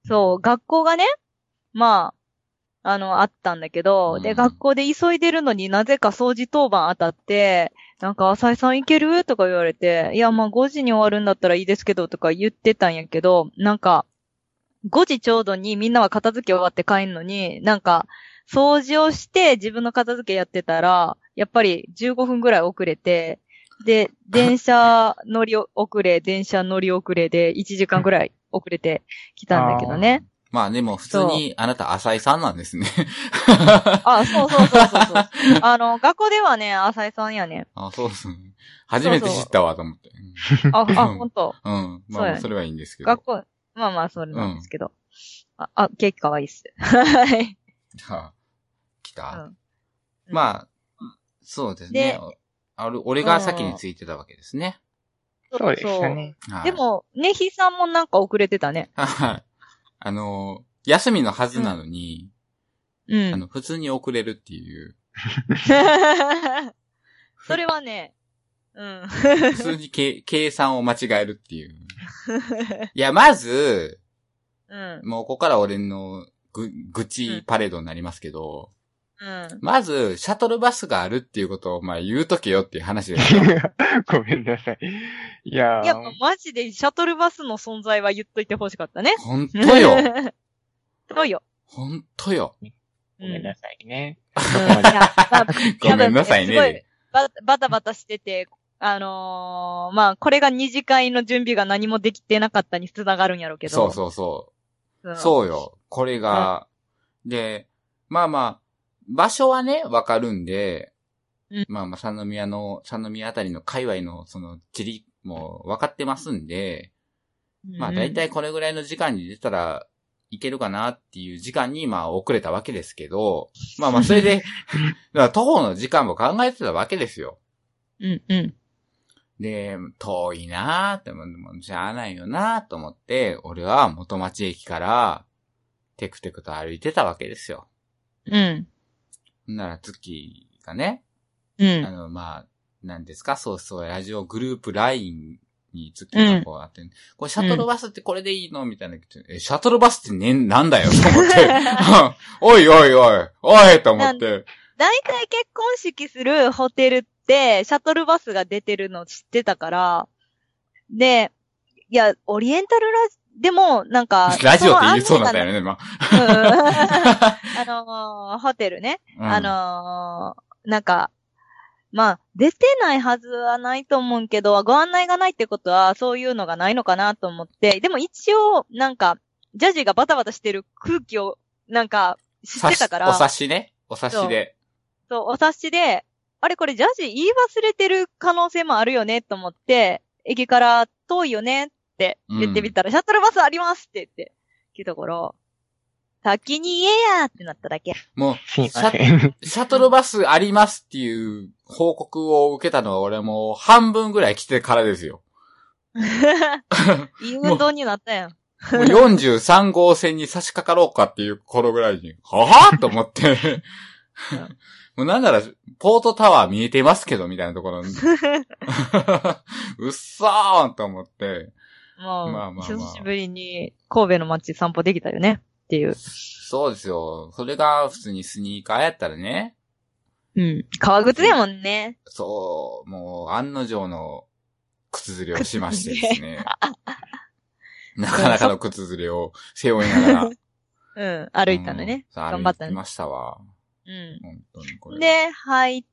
Speaker 1: そう、学校がね、まあ、あの、あったんだけど、うん、で、学校で急いでるのになぜか掃除当番当たって、なんか、浅井さん行けるとか言われて、いや、まあごじに終わるんだったらいいですけど、とか言ってたんやけど、なんか、ごじちょうどにみんなは片付け終わって帰んのに、なんか、掃除をして自分の片付けやってたら、やっぱりじゅうごふんぐらい遅れて、で、電車乗り遅れ、電車乗り遅れでいちじかんぐらい遅れてきたんだけどね。
Speaker 3: まあでも普通にあなた浅井さんなんですね。
Speaker 1: あ、そうそうそうそうそう。あの、学校ではね、浅井さんやね。
Speaker 3: あ、そうですね。初めて知ったわと思って。
Speaker 1: そうそうあ、あ、ほんと。
Speaker 3: うん。まあ、まあ、それはいいんですけど。
Speaker 1: 学校、まあまあ、それなんですけど。うん、あ、あ、ケーキかわいいっす。はい。
Speaker 3: あ、来た、うん、まあ、そうですね。ある、俺が先についてたわけですね。
Speaker 2: そうでしたね。
Speaker 1: はい、でも、ねひさんもなんか遅れてたね。
Speaker 3: はい。あの、休みのはずなのに、うん。あの、普通に遅れるっていう。
Speaker 1: それはね、うん。
Speaker 3: 普通に計、計算を間違えるっていう。いや、まず、うん。もうここから俺のぐ、愚痴パレードになりますけど、うん。まず、シャトルバスがあるっていうことを、まあ言うとけよっていう話ですよ。
Speaker 2: ごめんなさい。いやー。
Speaker 1: やっぱマジでシャトルバスの存在は言っといてほしかったね。
Speaker 3: ほんとよ。
Speaker 1: そうよ。
Speaker 3: ほんとよ。
Speaker 2: ごめんなさいね。
Speaker 3: ごめんなさいね。
Speaker 1: すごいバ、バタバタしてて、あのー、まあ、これが二次会の準備が何もできてなかったに繋がるんやろうけど。
Speaker 3: そうそうそう。うん、そうよ。これが、うん、で、まあまあ、場所はね、わかるんで、
Speaker 1: うん、
Speaker 3: まあまあ、三宮の、三宮あたりの界隈の、その、地理も分かってますんで、うん、まあ、だいたいこれぐらいの時間に出たらいけるかなっていう時間に、まあ、遅れたわけですけど、まあまあ、それで、だから徒歩の時間も考えてたわけですよ。
Speaker 1: うんうん。
Speaker 3: で、遠いなーって、もう、しゃあないよなーと思って、俺は元町駅から、テクテクと歩いてたわけですよ。
Speaker 1: うん。
Speaker 3: なら、月がね、
Speaker 1: うん。
Speaker 3: あの、まあ、何ですか、そうそう、ラジオグループラインに月がこうあって、うん、これシャトルバスってこれでいいのみたいな、え、シャトルバスってね、なんだよ、と思って。おいおいおい、おいと思って。
Speaker 1: だいたい結婚式するホテルって、シャトルバスが出てるの知ってたから、で、いや、オリエンタルラジオ、でも、なんか、
Speaker 3: ラジオって言いそうなんだよね、ま
Speaker 1: あ。あのー、ホテルね。
Speaker 3: うん、
Speaker 1: あのー、なんか、まあ、出てないはずはないと思うけど、ご案内がないってことは、そういうのがないのかなと思って、でも一応、なんか、ジャジーがバタバタしてる空気を、なんか、知ってたから。
Speaker 3: お察しね。お察しで。
Speaker 1: そう、そうお察しで、あれこれジャジー言い忘れてる可能性もあるよねと思って、駅から遠いよねって言ってみたら、うん、シャトルバスありますって言って、聞いたから、先に言えやってなっただけ。
Speaker 3: もう、シャ、シャトルバスありますっていう報告を受けたのは俺もう半分ぐらい来てからですよ。
Speaker 1: いい運動になったやん。
Speaker 3: もうよんじゅうさん号線に差し掛かろうかっていう頃ぐらいに、はぁと思って。もうなんなら、ポートタワー見えてますけど、みたいなところに。うっそーと思って。
Speaker 1: まあ、まあまあまあ、久しぶりに神戸の街散歩できたよね。っていう。
Speaker 3: そうですよ。それが普通にスニーカーやったらね。
Speaker 1: うん。革靴やもんね。
Speaker 3: そう。もう、案の定の靴ずれをしましてですね。なかなかの靴ずれを背負いながら。
Speaker 1: うん。歩いたのね。
Speaker 3: うん、頑張ったね。歩きましたわ。
Speaker 1: うん。
Speaker 3: 本当にこれ。
Speaker 1: で、入って、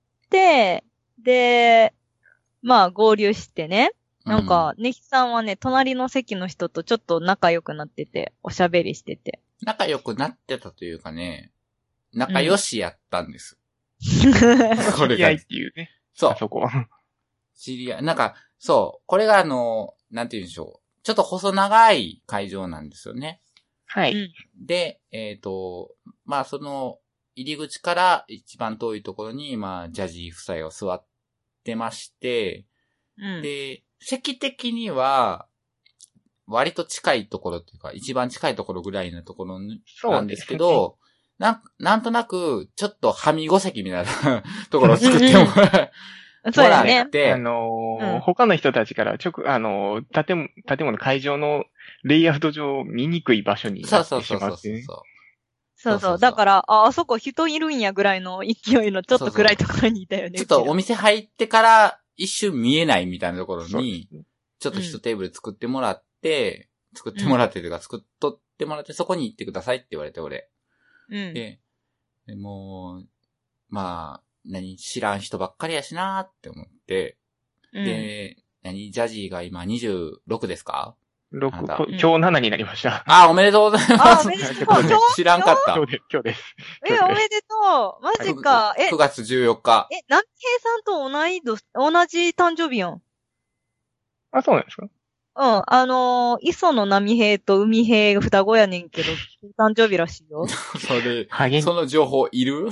Speaker 1: で、まあ合流してね。なんか、ネヒさんはね、隣の席の人とちょっと仲良くなってて、おしゃべりしてて。
Speaker 3: 仲良くなってたというかね、仲良しやったんです。
Speaker 2: うん、これが。知り合いっていうね。
Speaker 3: そう。
Speaker 2: あそこは。
Speaker 3: 知り合い。なんか、そう。これがあの、なんて言うんでしょう。ちょっと細長い会場なんですよね。
Speaker 2: はい。
Speaker 3: で、えっと、まあその、入り口から一番遠いところに、まあ、ジャジー夫妻を座ってまして、
Speaker 1: うん、
Speaker 3: で、席的には、割と近いところっていうか、一番近いところぐらいのところなんですけど、ね、な, なんとなく、ちょっとはみご席みたいなところを作ってもら
Speaker 1: そうやね。
Speaker 3: って、
Speaker 2: あのーうん、他の人たちから直、あのー、建物、建物会場のレイアウト上見にくい場所になってしまって、ね。
Speaker 3: そうそうそうそう。
Speaker 1: そうそう。だから、あ、あそこ人いるんやぐらいの勢いのちょっと暗いところにいたよね。
Speaker 3: そうそうちょっとお店入ってから一瞬見えないみたいなところに、ちょっと一テーブル作ってもらって、うん、作ってもらってというか、作っとってもらって、そこに行ってくださいって言われて、俺。
Speaker 1: うん。
Speaker 3: で、でもう、まあ、何、知らん人ばっかりやしなーって思って、
Speaker 1: うん、
Speaker 3: で、何、ジャジーが今にじゅうろくですか
Speaker 2: ろく、今日ななになりました。
Speaker 3: あ、おめでとうございます。
Speaker 1: あ、おめでとう。
Speaker 3: 知らんかった。
Speaker 2: 今日で、今日です。
Speaker 1: え、おめでとう。マジか。え、
Speaker 3: くがつじゅうよっか。
Speaker 1: え、ナミヘイさんと同い年、同じ誕生日やん。
Speaker 2: あ、そうなんですか？うん、
Speaker 1: あのー、磯野波平と海平双子やねんけど、誕生日らしいよ。
Speaker 3: それ、その情報いる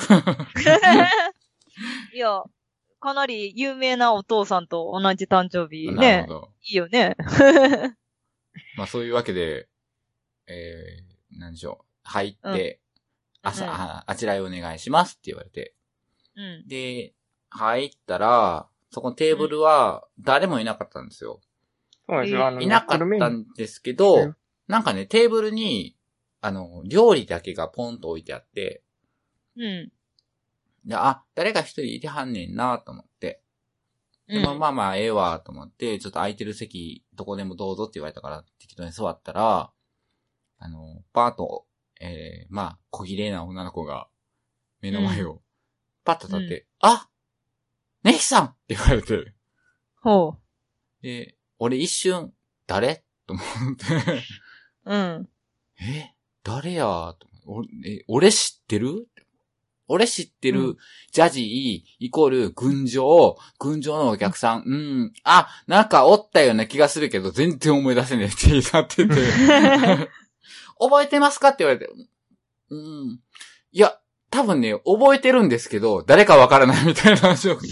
Speaker 1: いや、かなり有名なお父さんと同じ誕生日ね。
Speaker 3: なるほど。
Speaker 1: いいよね。
Speaker 3: まあそういうわけで、えー、何でしょう。入って、うん、朝、うん、あ、あちらへお願いしますって言われて。
Speaker 1: うん、
Speaker 3: で、入ったら、そこのテーブルは誰もいなかったんですよ。
Speaker 2: そうですよ。あの、
Speaker 3: いなかったんですけど、うん、なんかね、テーブルに、あの、料理だけがポンと置いてあって、
Speaker 1: うん。
Speaker 3: で、あ、誰か一人いてはんねんなと思って。でも、うん、まあまあ、ええわと思って、ちょっと空いてる席、どこでもどうぞって言われたから、適当に座ったら、あの、パーッと、えー、まあ、小綺麗な女の子が、目の前を、パッと立って、うん、あネヒさんって言われて。
Speaker 1: ほう。
Speaker 3: で、俺一瞬、誰と思って。
Speaker 1: うん。
Speaker 3: え誰やと思って。え、俺知ってる俺知ってるジャジーイコール群青、群青のお客さん、うん、あ、なんかおったような気がするけど、全然思い出せねえってなってて。覚えてますかって言われて、うん。いや、多分ね、覚えてるんですけど、誰かわからないみたいな話を。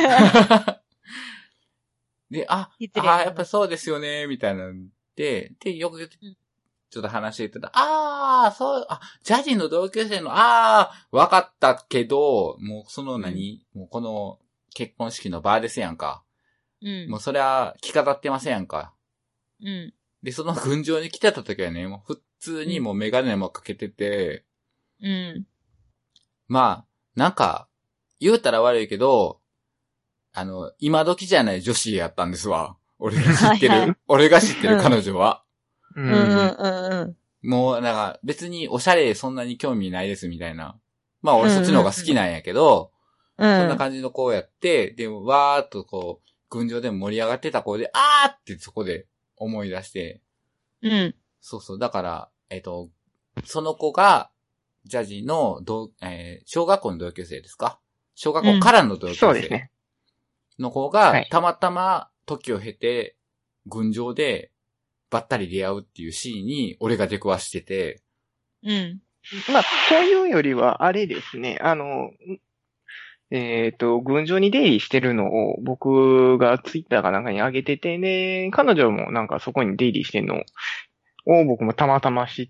Speaker 3: で、あ、あ、やっぱそうですよね、みたいなんで、で、よく言って、ちょっと話してたら、ああ、そう、あ、ジャジーの同級生の、ああ、わかったけど、もうその何、うん、もうこの結婚式の場ですやんか。うん。もうそれは着飾ってませんやんか。うん。で、その群青に来てた時はね、もう普通にもうメガネもかけてて、うん。まあ、なんか、言うたら悪いけど、あの、今時じゃない女子やったんですわ。俺が知ってる、はいはい、俺が知ってる彼女は。うんうんうんうん。もう、なんか、別におしゃれそんなに興味ないですみたいな。まあ、俺そっちの方が好きなんやけど、うんうんうん、そんな感じの子をやって、で、わーっとこう、群青でも盛り上がってた子で、あーってそこで思い出して。うん。そうそう。だから、えっと、その子が、ジャジーの同、えー、小学校の同級生ですか？小学校からの同級生。うん、そうですね。の子が、はい、たまたま時を経て、群青で、ばったり出会うっていうシーンに、俺が出くわしてて。
Speaker 2: うん。まあ、そういうよりは、あれですね、あの、えっ、ー、と、群青に出入りしてるのを、僕がツイッターかなんかに上げてて、ね、彼女もなんかそこに出入りしてるのを僕もたまたま知って、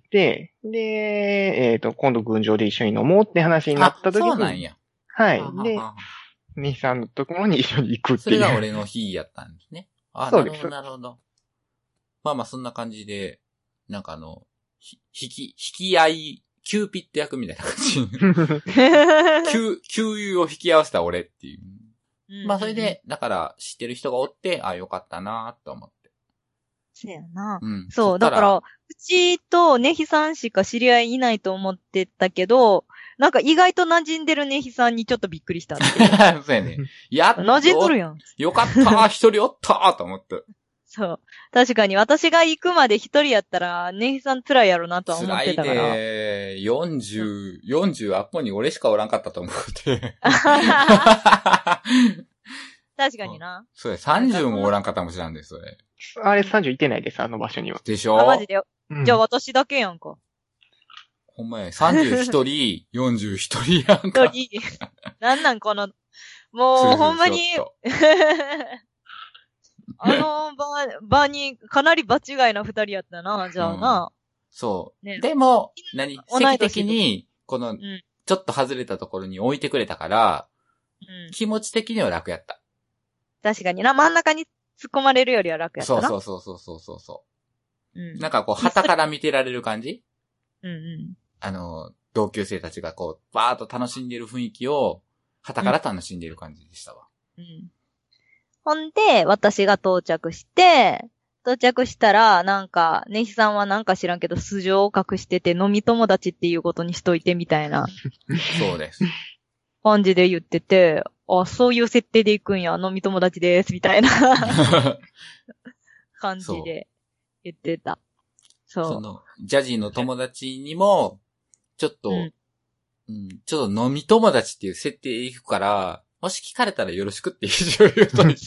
Speaker 2: で、えっ、ー、と、今度群青で一緒に飲もうって話になった時に。そうなんや。はい。はははで、西さんのところに一緒に行くっていう。
Speaker 3: それが俺の日やったんですね。あ、そうです。なるほど、なるほど。まあまあそんな感じで、なんかあの、ひ、引き、引き合い、キューピッド役みたいな感じ。給、給油を引き合わせた俺っていう。うん、まあそれで、だから知ってる人がおって、あ、よかったなと思って。
Speaker 1: そうやな。うん。そう、だから、うちとネヒさんしか知り合いいないと思ってたけど、なんか意外と馴染んでるネヒさんにちょっとびっくりしたって。
Speaker 3: そうやね。やっと。
Speaker 1: 馴染んどるやん。
Speaker 3: よかった一人おったと思って。
Speaker 1: そう。確かに私が行くまで一人やったら、ネヒさん辛いやろなとは思ってたから。
Speaker 3: 辛いね。よんじゅう、よんじゅうあっこに俺しかおらんかったと思って。
Speaker 1: 確かにな。
Speaker 3: そうや、さんじゅうもおらんかったかもしれんです、それ。
Speaker 2: あれさんじゅういてないです、あの場所には。
Speaker 3: でしょ？
Speaker 1: あ、マジでよ。うん、じゃあ私だけやんか。
Speaker 3: ほんまや、さんじゅうひとり、よんじゅうひとりやんか。
Speaker 1: ひとり。なんなんこの、もうほんまに、あの場、場にかなり場違いな二人やったな、じゃあな。うん、
Speaker 3: そう。ね、でも、何席的に、この、うん、ちょっと外れたところに置いてくれたから、うん、気持ち的には楽やった。
Speaker 1: 確かにな、真ん中に突っ込まれるよりは楽やったな。
Speaker 3: そうそうそうそうそうそう。うん。なんかこう、旗から見てられる感じうんうん。あの、同級生たちがこう、バーっと楽しんでる雰囲気を、旗から楽しんでいる感じでしたわ。うん。うん、
Speaker 1: ほんで、私が到着して、到着したら、なんか、ネヒさんはなんか知らんけど、素性を隠してて、飲み友達っていうことにしといてみたいな。
Speaker 3: そうです。
Speaker 1: 感じで言ってて、あ、そういう設定で行くんや、飲み友達です、みたいな感じで言ってた。そう。
Speaker 3: その、ジャジーの友達にも、ちょっと、うんうん、ちょっと飲み友達っていう設定で行くから、もし聞かれたらよろしくって一応言うといて。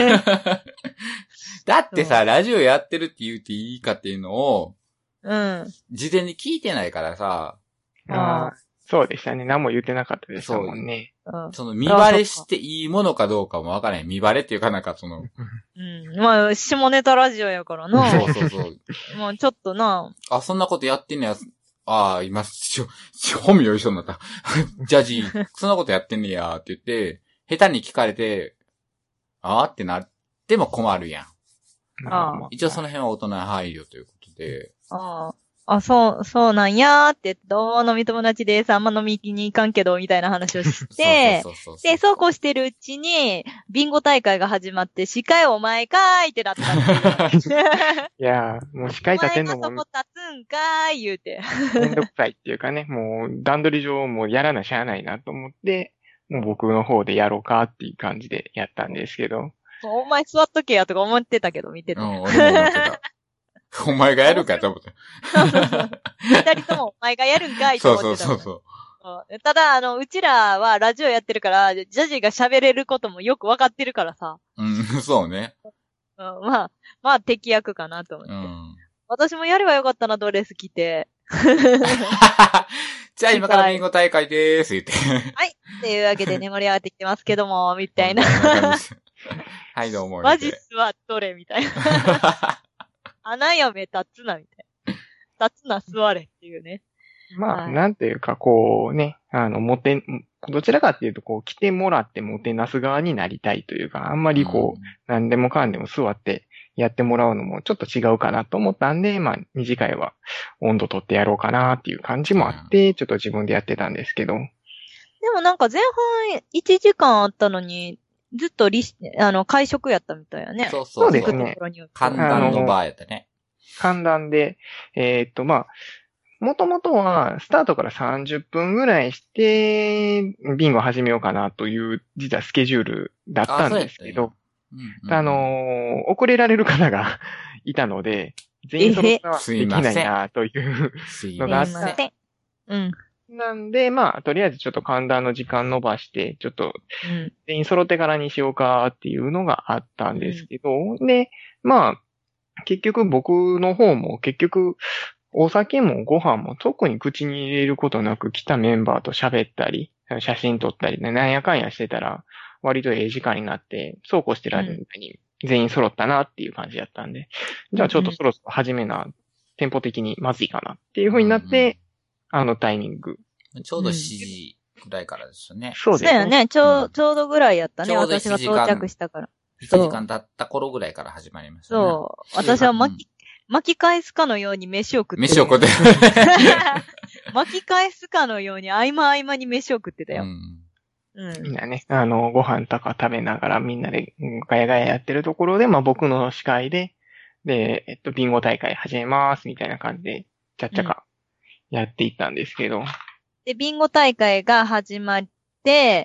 Speaker 3: だってさ、ラジオやってるって言うていいかっていうのを、うん。事前に聞いてないからさ。
Speaker 2: ああ、そうでしたね。何も言ってなかったですもんね。
Speaker 3: そ, その見バレしていいものかどうかもわからない。見バレっていうかなんかその。
Speaker 1: うん。まあ、下ネタラジオやからな。
Speaker 3: そうそうそう。
Speaker 1: まあ、ちょっとな。
Speaker 3: あ、そんなことやってんねや。ああ、今、ちょ、ちょ、本名一緒になった。ジャジー、そんなことやってんねやって言って、下手に聞かれて、あーってなっても困るやん。ああ。一応その辺は大人配慮ということで。
Speaker 1: ああ。あ、そう、そうなんやーって、どうも飲み友達です。あんま飲みに行かんけど、みたいな話をして、そうそうそうそうで、そうこうしてるうちに、ビンゴ大会が始まって、司会お前かーいってなったっていう。
Speaker 2: いやー、もう司会立てんのも。
Speaker 1: お前がそこ立つんかーい言うて。
Speaker 2: めんどくさいっていうかね、もう段取り上もうやらなしゃあないなと思って、もう僕の方でやろうかっていう感じでやったんですけど。
Speaker 1: お前座っとけやとか思ってたけど、見てた。
Speaker 3: うん、俺も思ってた。お前がやるかと思った。
Speaker 1: 二人ともお前がやるんかいと思ってた。
Speaker 3: そうそうそう
Speaker 1: ただ、あの、うちらはラジオやってるから、ジャジが喋れることもよくわかってるからさ。
Speaker 3: うん、そうね。
Speaker 1: うん、まあ、まあ適役かなと思って。うん、私もやればよかったな、ドレス着て。
Speaker 3: じゃあ今からビンゴ大会でーす、言って。
Speaker 1: はい。っていうわけでね、盛り上がってきてますけども、みたいな。
Speaker 3: はい、どうも。
Speaker 1: マジ座っとれ、みたいな。穴嫁立つな、みたいな。立つな、座れっていうね。
Speaker 2: まあ、はい、なんていうか、こうね、あの、もて、どちらかっていうと、こう、来てもらってもてなす側になりたいというか、あんまりこう、うん、何でもかんでも座ってやってもらうのもちょっと違うかなと思ったんで、まあ、二次会は温度取ってやろうかなっていう感じもあって、うん、ちょっと自分でやってたんですけど。で
Speaker 1: もなんか前半いちじかんあったのに、ずっとリス、あの、会食やったみたいやね。
Speaker 3: そうそう。
Speaker 2: そうですね。
Speaker 3: 寒暖のバーやったね。
Speaker 2: 寒暖で、えー、っと、まあ、もともとは、スタートからさんじゅっぷんぐらいして、ビンゴ始めようかなという、実はスケジュールだったんですけど、あ、うんうん、あのー、遅れられる方がいたので、全員揃ったはできないなというのがあった。うん。なんで、まあ、とりあえずちょっと寒暖の時間伸ばして、ちょっと、全員揃ってからにしようかっていうのがあったんですけど、うん、で、まあ、結局僕の方も結局、お酒もご飯も特に口に入れることなく来たメンバーと喋ったり、写真撮ったりね、なんやかんやしてたら、割とええ時間になって、そうこうしてる間に全員揃ったなっていう感じだったんで、うん、じゃあちょっとそろそろ始めな、テンポ的にまずいかなっていう風になって、うんうん、あのタイミング。
Speaker 3: ちょうどしちじぐらいからですよね。
Speaker 2: そうですね。
Speaker 1: そうよね。ちょう、ちょうどぐらいやったね。私が到着したから。
Speaker 3: いちじかん経った頃ぐらいから始まりましたね。
Speaker 1: そう。私は巻き、巻き返すかのように飯を食って
Speaker 3: 飯を食って
Speaker 1: 巻き返すかのように合間合間に飯を食ってたよ。うん
Speaker 2: うん、みんなね、あの、ご飯とか食べながらみんなでガヤガヤやってるところで、まあ僕の司会で、で、えっと、ビンゴ大会始めますみたいな感じで、ちゃっちゃかやっていったんですけど。うん、
Speaker 1: で、ビンゴ大会が始まって、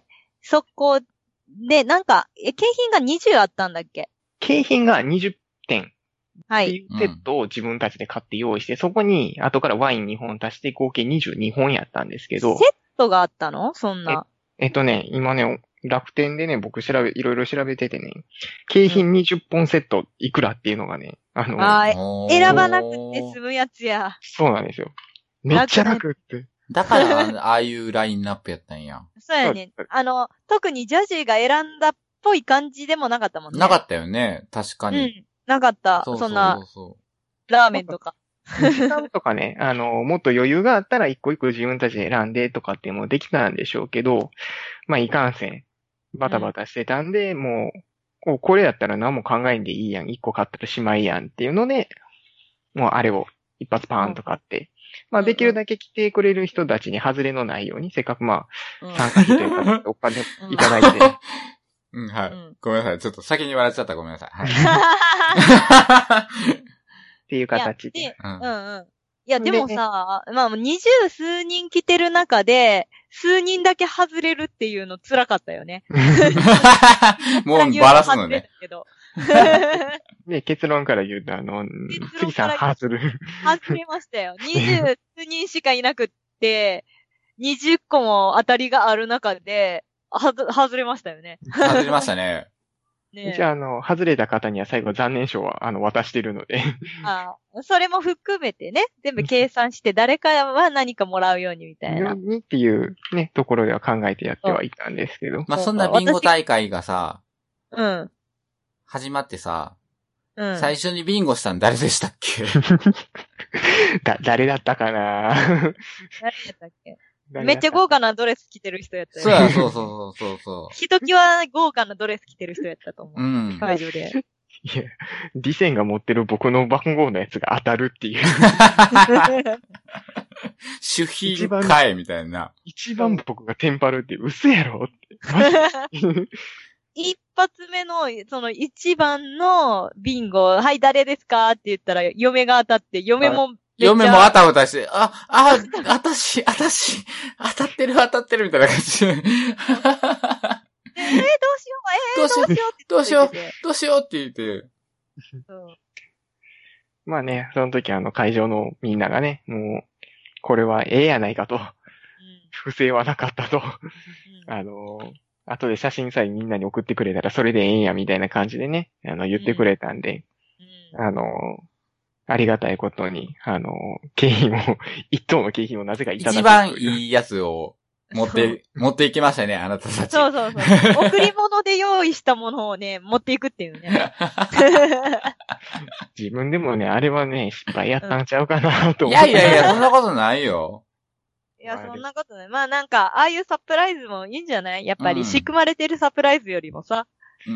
Speaker 1: そこで、なんか、え、景品がにじゅうあったんだっけ？
Speaker 2: 景品がにじゅってん。はい。っていうセットを自分たちで買って用意して、うん、そこに後からワインにほん足して合計にじゅうにほんやったんですけど。
Speaker 1: セットがあったの？そんな。
Speaker 2: え、えっとね、今ね、楽天でね、僕調べ、いろいろ調べててね、景品にじゅっぽんセットいくらっていうのがね、あの、
Speaker 1: あ選ばなくて済むやつや。
Speaker 2: そうなんですよ。めっちゃ楽って。
Speaker 3: だから、ああいうラインナップやったんや。
Speaker 1: そうやね。あの、特にジャジーが選んだっぽい感じでもなかったもんね。
Speaker 3: なかったよね。確かに。うん。
Speaker 1: なかった。そうそうそうそう。そんな、ラーメンとか。
Speaker 2: 時間とかね、あの、もっと余裕があったら一個一個自分たちで選んでとかっていうのもできたんでしょうけど、まあいかんせん。バタバタしてたんで、うん、もう、これやったら何も考えんでいいやん。一個買ったらしまいやんっていうので、もうあれを一発パーンと買って、うん、まあできるだけ来てくれる人たちに外れのないように、せっかくまあ、参加費というか、お金いただいて。
Speaker 3: うん、はい、うん。ごめんなさい。ちょっと先に笑っちゃった。ごめんなさい。は
Speaker 2: い、っていう形で。
Speaker 1: でうん、うんうん。いや、でもさ、まあ、二十数人来てる中で、数人だけ外れるっていうの辛かったよね。
Speaker 3: もうバラすのね。
Speaker 2: ね、結論から言うと、あの、次さん外る。
Speaker 1: 外れましたよ。二十数人しかいなくって、二十個も当たりがある中で、はず、外れましたよね。
Speaker 3: 外れましたね。
Speaker 2: ねじゃあ、あの、外れた方には最後残念賞は、あの、渡してるので。
Speaker 1: ああ、それも含めてね、全部計算して誰かは何かもらうようにみたいな。
Speaker 2: にっていうね、ところでは考えてやってはいたんですけど。
Speaker 3: まあ、そんなビンゴ大会がさ、
Speaker 1: うん。
Speaker 3: 始まってさ、うん。最初にビンゴしたの誰でしたっけ
Speaker 2: だ、誰だったかな
Speaker 1: 誰だったっけめっちゃ豪華なドレス着てる人やったよ
Speaker 3: ね。そうそうそうそうそう。
Speaker 1: ひときわ豪華なドレス着てる人やったと思う。うん。会場で。
Speaker 2: いや、ディセンが持ってる僕の番号のやつが当たるっていう。
Speaker 3: 主品かえみたいな。
Speaker 2: 一番僕がテンパるって嘘やろって。
Speaker 1: 一発目の、その一番のビンゴ、はい、誰ですかって言ったら、嫁が当たって、嫁も、
Speaker 3: 嫁もあたふたして、あ、あ、あたし、あたし、当たってる当たってるみたいな感じで。えー、どうしよう、
Speaker 1: えー、どうしよう、
Speaker 3: どうしよう、どうしようって言って。
Speaker 2: まあね、その時あの会場のみんながね、もう、これはええやないかと。 不正はなかったと。うん、あの、後で写真さえみんなに送ってくれたらそれでええんやみたいな感じでね、あの、言ってくれたんで、うんうん、あの、ありがたいことに、あの、景品を、一等の景品をなぜかいただく。
Speaker 3: 一番いいやつを持って、持っていきましたね、あなたたち。
Speaker 1: そうそうそう。贈り物で用意したものをね、持っていくっていうね。
Speaker 2: 自分でもね、あれはね、失敗やったんちゃうかなと思
Speaker 3: って、うん。いやいやいや、そんなことないよ。
Speaker 1: いや、そんなことない。まあなんか、ああいうサプライズもいいんじゃないやっぱり、仕組まれてるサプライズよりもさ。
Speaker 3: うん。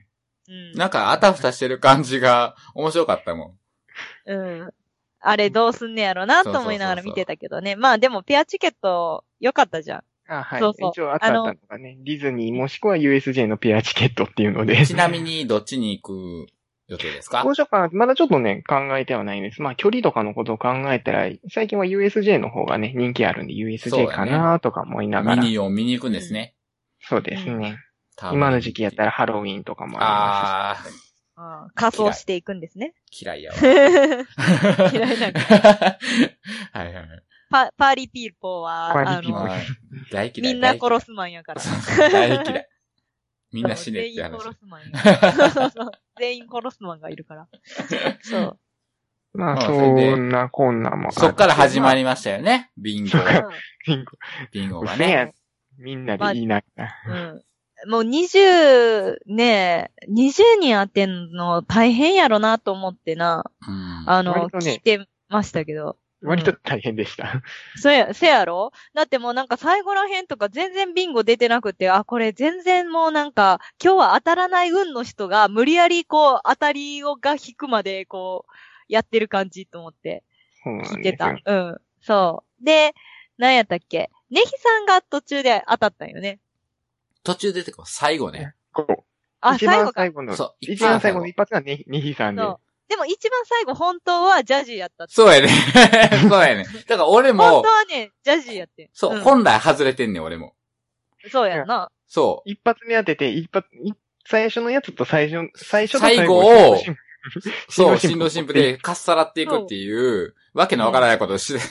Speaker 3: うん、なんか、あたふたしてる感じが面白かったもん。
Speaker 1: うん。あれどうすんねやろなと思いながら見てたけどね。まあでもペアチケット良かったじゃん。
Speaker 2: あ、はい。そうそう一応あったのがね、ディズニーもしくは ユーエスジェー のペアチケットっていうので。
Speaker 3: ちなみにどっちに行く予定ですか？
Speaker 2: どうしようかな。まだちょっとね、考えてはないんです。まあ距離とかのことを考えたら、最近は ユーエスジェー の方がね、人気あるんで ユーエスジェー かなとか思いながら。
Speaker 3: ミニを見に行くんですね。
Speaker 2: そうですね。うん、今の時期やったらハロウィンとかもありますし。
Speaker 1: ああ、仮装していくんですね。
Speaker 3: 嫌いやわ。
Speaker 1: 嫌いなんか。
Speaker 3: はいはい。
Speaker 1: パ、パーリーピーポーは、あの、
Speaker 3: 大嫌い。
Speaker 1: みんな殺すマンやから。
Speaker 3: 大嫌い。みんな死ねって話。
Speaker 1: 全員殺すマンや。全員殺すマンがいるから。そう。
Speaker 2: まあ、そんなこんなもん。
Speaker 3: そっから始まりましたよね。ビンゴ。
Speaker 2: ビンゴ。
Speaker 3: ビンゴがね。
Speaker 2: みんなで言いながら。
Speaker 1: うん。もうにじゅう、ねえ、にじゅうにん当てんの大変やろなと思ってな。うん、あの、ね、聞いてましたけど。
Speaker 2: 割と大変でした。
Speaker 1: うん、そや、せやろ？だってもうなんか最後ら辺とか全然ビンゴ出てなくて、あ、これ全然もうなんか、今日は当たらない運の人が無理やりこう、当たりをが引くまでこう、やってる感じと思って。聞いてた。うん。そう。で、何やったっけ？ネヒさんが途中で当たったんよね。
Speaker 3: 途中でてか最後ね。
Speaker 2: こう。あ、一番最後の。そう。一番最後の一発がネヒさんで。そう。
Speaker 1: でも一番最後本当はジャジーやったって。
Speaker 3: そうやね。そうやね。だから俺も。
Speaker 1: 本当はね、ジャジーやってん。
Speaker 3: そう、うん、本来外れてんねん、俺も。
Speaker 1: そうやんな。
Speaker 3: そう。
Speaker 2: 一発目当てて、一発、最初のやつと最初、最初と
Speaker 3: 最後を、そう、新郎新婦でかっさらっていくっていう、わけのわからないことをして。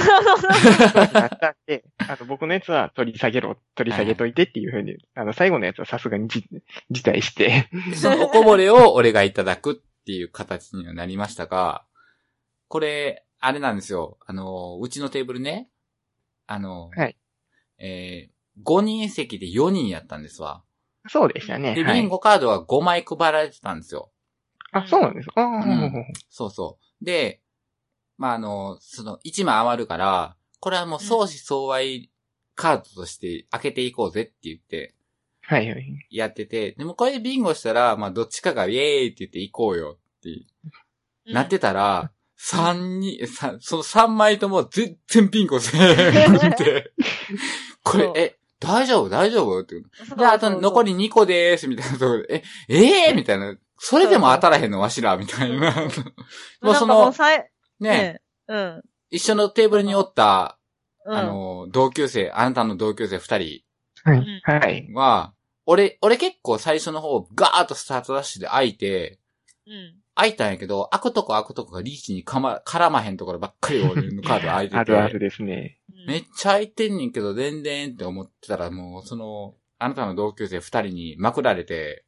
Speaker 2: あと僕のやつは取り下げろ、取り下げといてっていうふうに、あの、最後のやつはさすがに辞退して。
Speaker 3: そのおこぼれを俺がいただくっていう形にはなりましたが、これ、あれなんですよ。あの、うちのテーブルね、あの、
Speaker 2: はい。
Speaker 3: えー、ごにん席でよにんやったんですわ。
Speaker 2: そうでしたね。
Speaker 3: で、ビンゴカードはごまい配られてたんですよ。
Speaker 2: あ、そうなんですか、うん、
Speaker 3: そうそう。で、まあ、あの、その、いちまい余るから、これはもう相思相愛カードとして開けていこうぜって言って、
Speaker 2: はいはい。
Speaker 3: やってて、でもこれでビンゴしたら、まあ、どっちかがイエーイって言って行こうよって、なってたら、三人、さ、そのさんまいとも全然ビンゴせえんって、これ、え、大丈夫大丈夫って。で、あと残りにこでーすみたいなところで、え、えーみたいな。それでも当たらへんのわしらみたいな。
Speaker 1: もうその、ね、
Speaker 3: ね、うん。一緒のテーブルにおった、うん、あの、同級生、あなたの同級生二人。
Speaker 2: はい。はい。
Speaker 3: は、俺、俺結構最初の方、ガーッとスタートダッシュで開いて、うん。開いたんやけど、開くとこ開くとこがリーチにかま、絡まへんところばっかり俺のカード開いてて。
Speaker 2: あるあるですね。
Speaker 3: めっちゃ開いてんねんけど、全然って思ってたらもう、その、あなたの同級生二人にまくられて、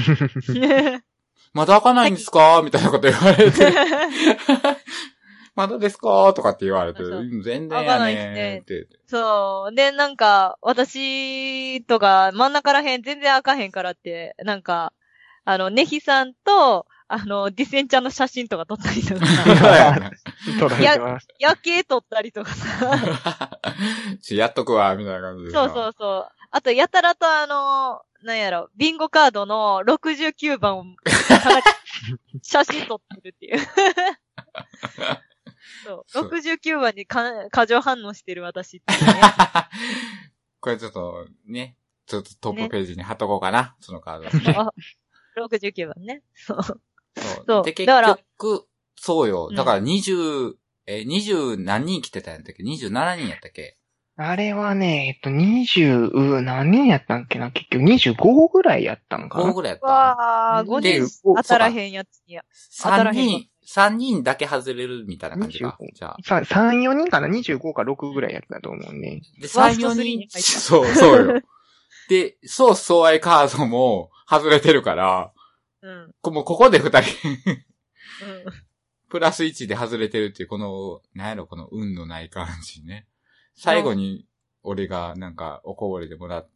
Speaker 3: まだ開かないんですかみたいなこと言われて。まだですかとかって言われて、全然やねーって。
Speaker 1: そう。で、なんか、私とか真ん中らへん全然開かへんからって、なんか、あの、ネヒさんと、あの、ディセンちゃんの写真とか撮ったりとかさ。
Speaker 2: 撮られてます。
Speaker 1: 夜景撮ったりとかさ。
Speaker 3: やっとくわ、みたいな感じで。
Speaker 1: そうそうそう。あと、やたらとあの、なんやろ、ビンゴカードのろくじゅうきゅうばんを写真撮ってるっていう。そう。ろくじゅうきゅうばんにか過剰反応してる私っていうね。
Speaker 3: これちょっと、ね。ちょっとトップページに貼っとこうかな。ね、そのカード、ね。
Speaker 1: ろくじゅうきゅうばんね。そう。
Speaker 3: そう。そうで、結局、そうよ。だからにじゅう、え、にじゅう何人来てたんやったっけ ?にじゅうなな 人やったっけ
Speaker 2: あれはね、えっと、にじゅう、何人やったんっけな結局にじゅうごぐらいやったんかな ?
Speaker 3: ご ぐらいやった。
Speaker 1: わあ、ごにん当たらへんやつに。
Speaker 3: さんにん、さんにんだけ外れるみたいな感じか。じゃあ。
Speaker 2: さん、よにんかな ?にじゅうご かろくぐらいやったと思うね。
Speaker 1: で、さん、よにん。
Speaker 3: そう、そうよ。で、そう相愛カードも外れてるから、うん。もうここでふたりうん。プラスいちで外れてるっていう、この、なんやろ、この運のない感じね。最後に、俺がなんかおこぼれでもらって、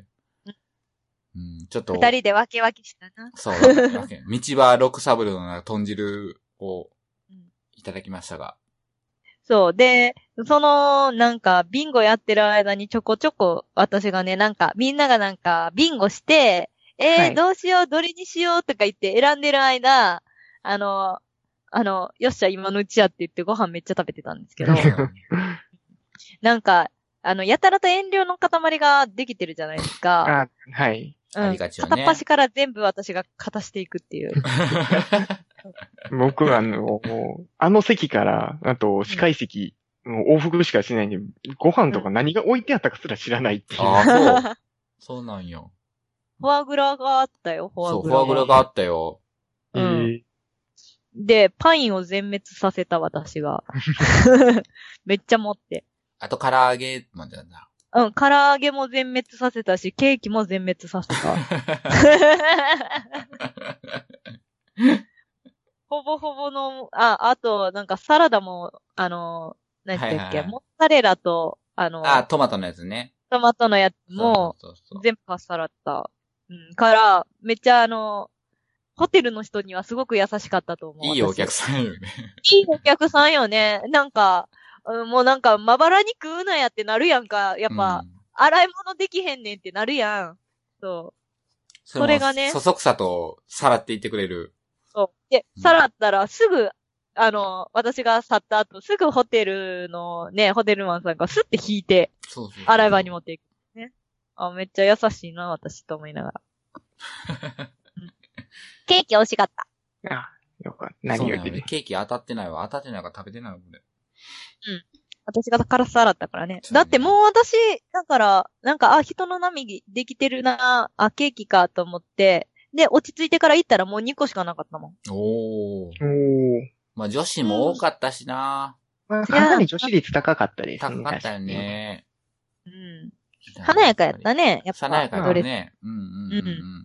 Speaker 3: うん、ちょっと。
Speaker 1: 二人で分け分けしたな。
Speaker 3: そう、分け。道は六サブルの豚汁をいただきましたが。
Speaker 1: そう。で、その、なんか、ビンゴやってる間にちょこちょこ、私がね、なんか、みんながなんか、ビンゴして、えー、はい、どうしよう、どれにしようとか言って選んでる間、あの、あの、よっしゃ、今のうちやって言ってご飯めっちゃ食べてたんですけど、なんか、あの、やたらと遠慮の塊ができてるじゃないですか。
Speaker 2: あ、はい。
Speaker 1: うん。ありがちよね。片っ端から全部私が片していくっていう。
Speaker 2: 僕はあの、あの席から、あと、司会席、うん、もう往復しかしないんで、ご飯とか何が置いてあったかすら知らないっていう。
Speaker 3: ああ、そう。そうなんよ。
Speaker 1: フォアグラがあったよ、フォアグラ。
Speaker 3: そう、フォアグラがあったよ。
Speaker 1: うん。で、パインを全滅させた私が。めっちゃ持って。
Speaker 3: あと、唐揚げまでなんだ。
Speaker 1: うん、唐揚げも全滅させたし、ケーキも全滅させた。ほぼほぼの、あ、あと、なんかサラダも、あの、何て言ったっけ、はいはいはい、モッツァレラと、あの、
Speaker 3: あ、トマトのやつね。
Speaker 1: トマトのやつも、そうそうそうそう全部かっさらった。うん、から、めっちゃあの、ホテルの人にはすごく優しかったと思う。
Speaker 3: いいお客さんよね。
Speaker 1: いいお客さんよね。なんか、もうなんか、まばらに食うなやってなるやんか。やっぱ、うん、洗い物できへんねんってなるやん。そう。そ, それがね。
Speaker 3: そそくさと、さらっていってくれる。
Speaker 1: そう。で、さらったら、すぐ、あの、私が去った後、すぐホテルのね、ホテルマンさんがスッて引いて、そうそうそう洗い場に持っていく。ね。あ、めっちゃ優しいな、私と思いながら。ケーキ美味しかった。
Speaker 2: あ、よかった。何より、
Speaker 3: ね。ケーキ当たってないわ。当たってないから食べてないわ、俺。
Speaker 1: うん。私がカラス洗ったからね。だってもう私、だから、なんか、あ、人の波できてるな、あ、ケーキかと思って、で、落ち着いてから行ったらもうにこしかなかったもん。
Speaker 3: おー。
Speaker 2: おー。
Speaker 3: まあ女子も多かったしな、
Speaker 2: うん、まあ、かなり女子率高かったです
Speaker 3: ね。高かったよね。
Speaker 1: うん。華やかやったね。やっぱ。
Speaker 3: 華やかだね。うんうんうん、うん。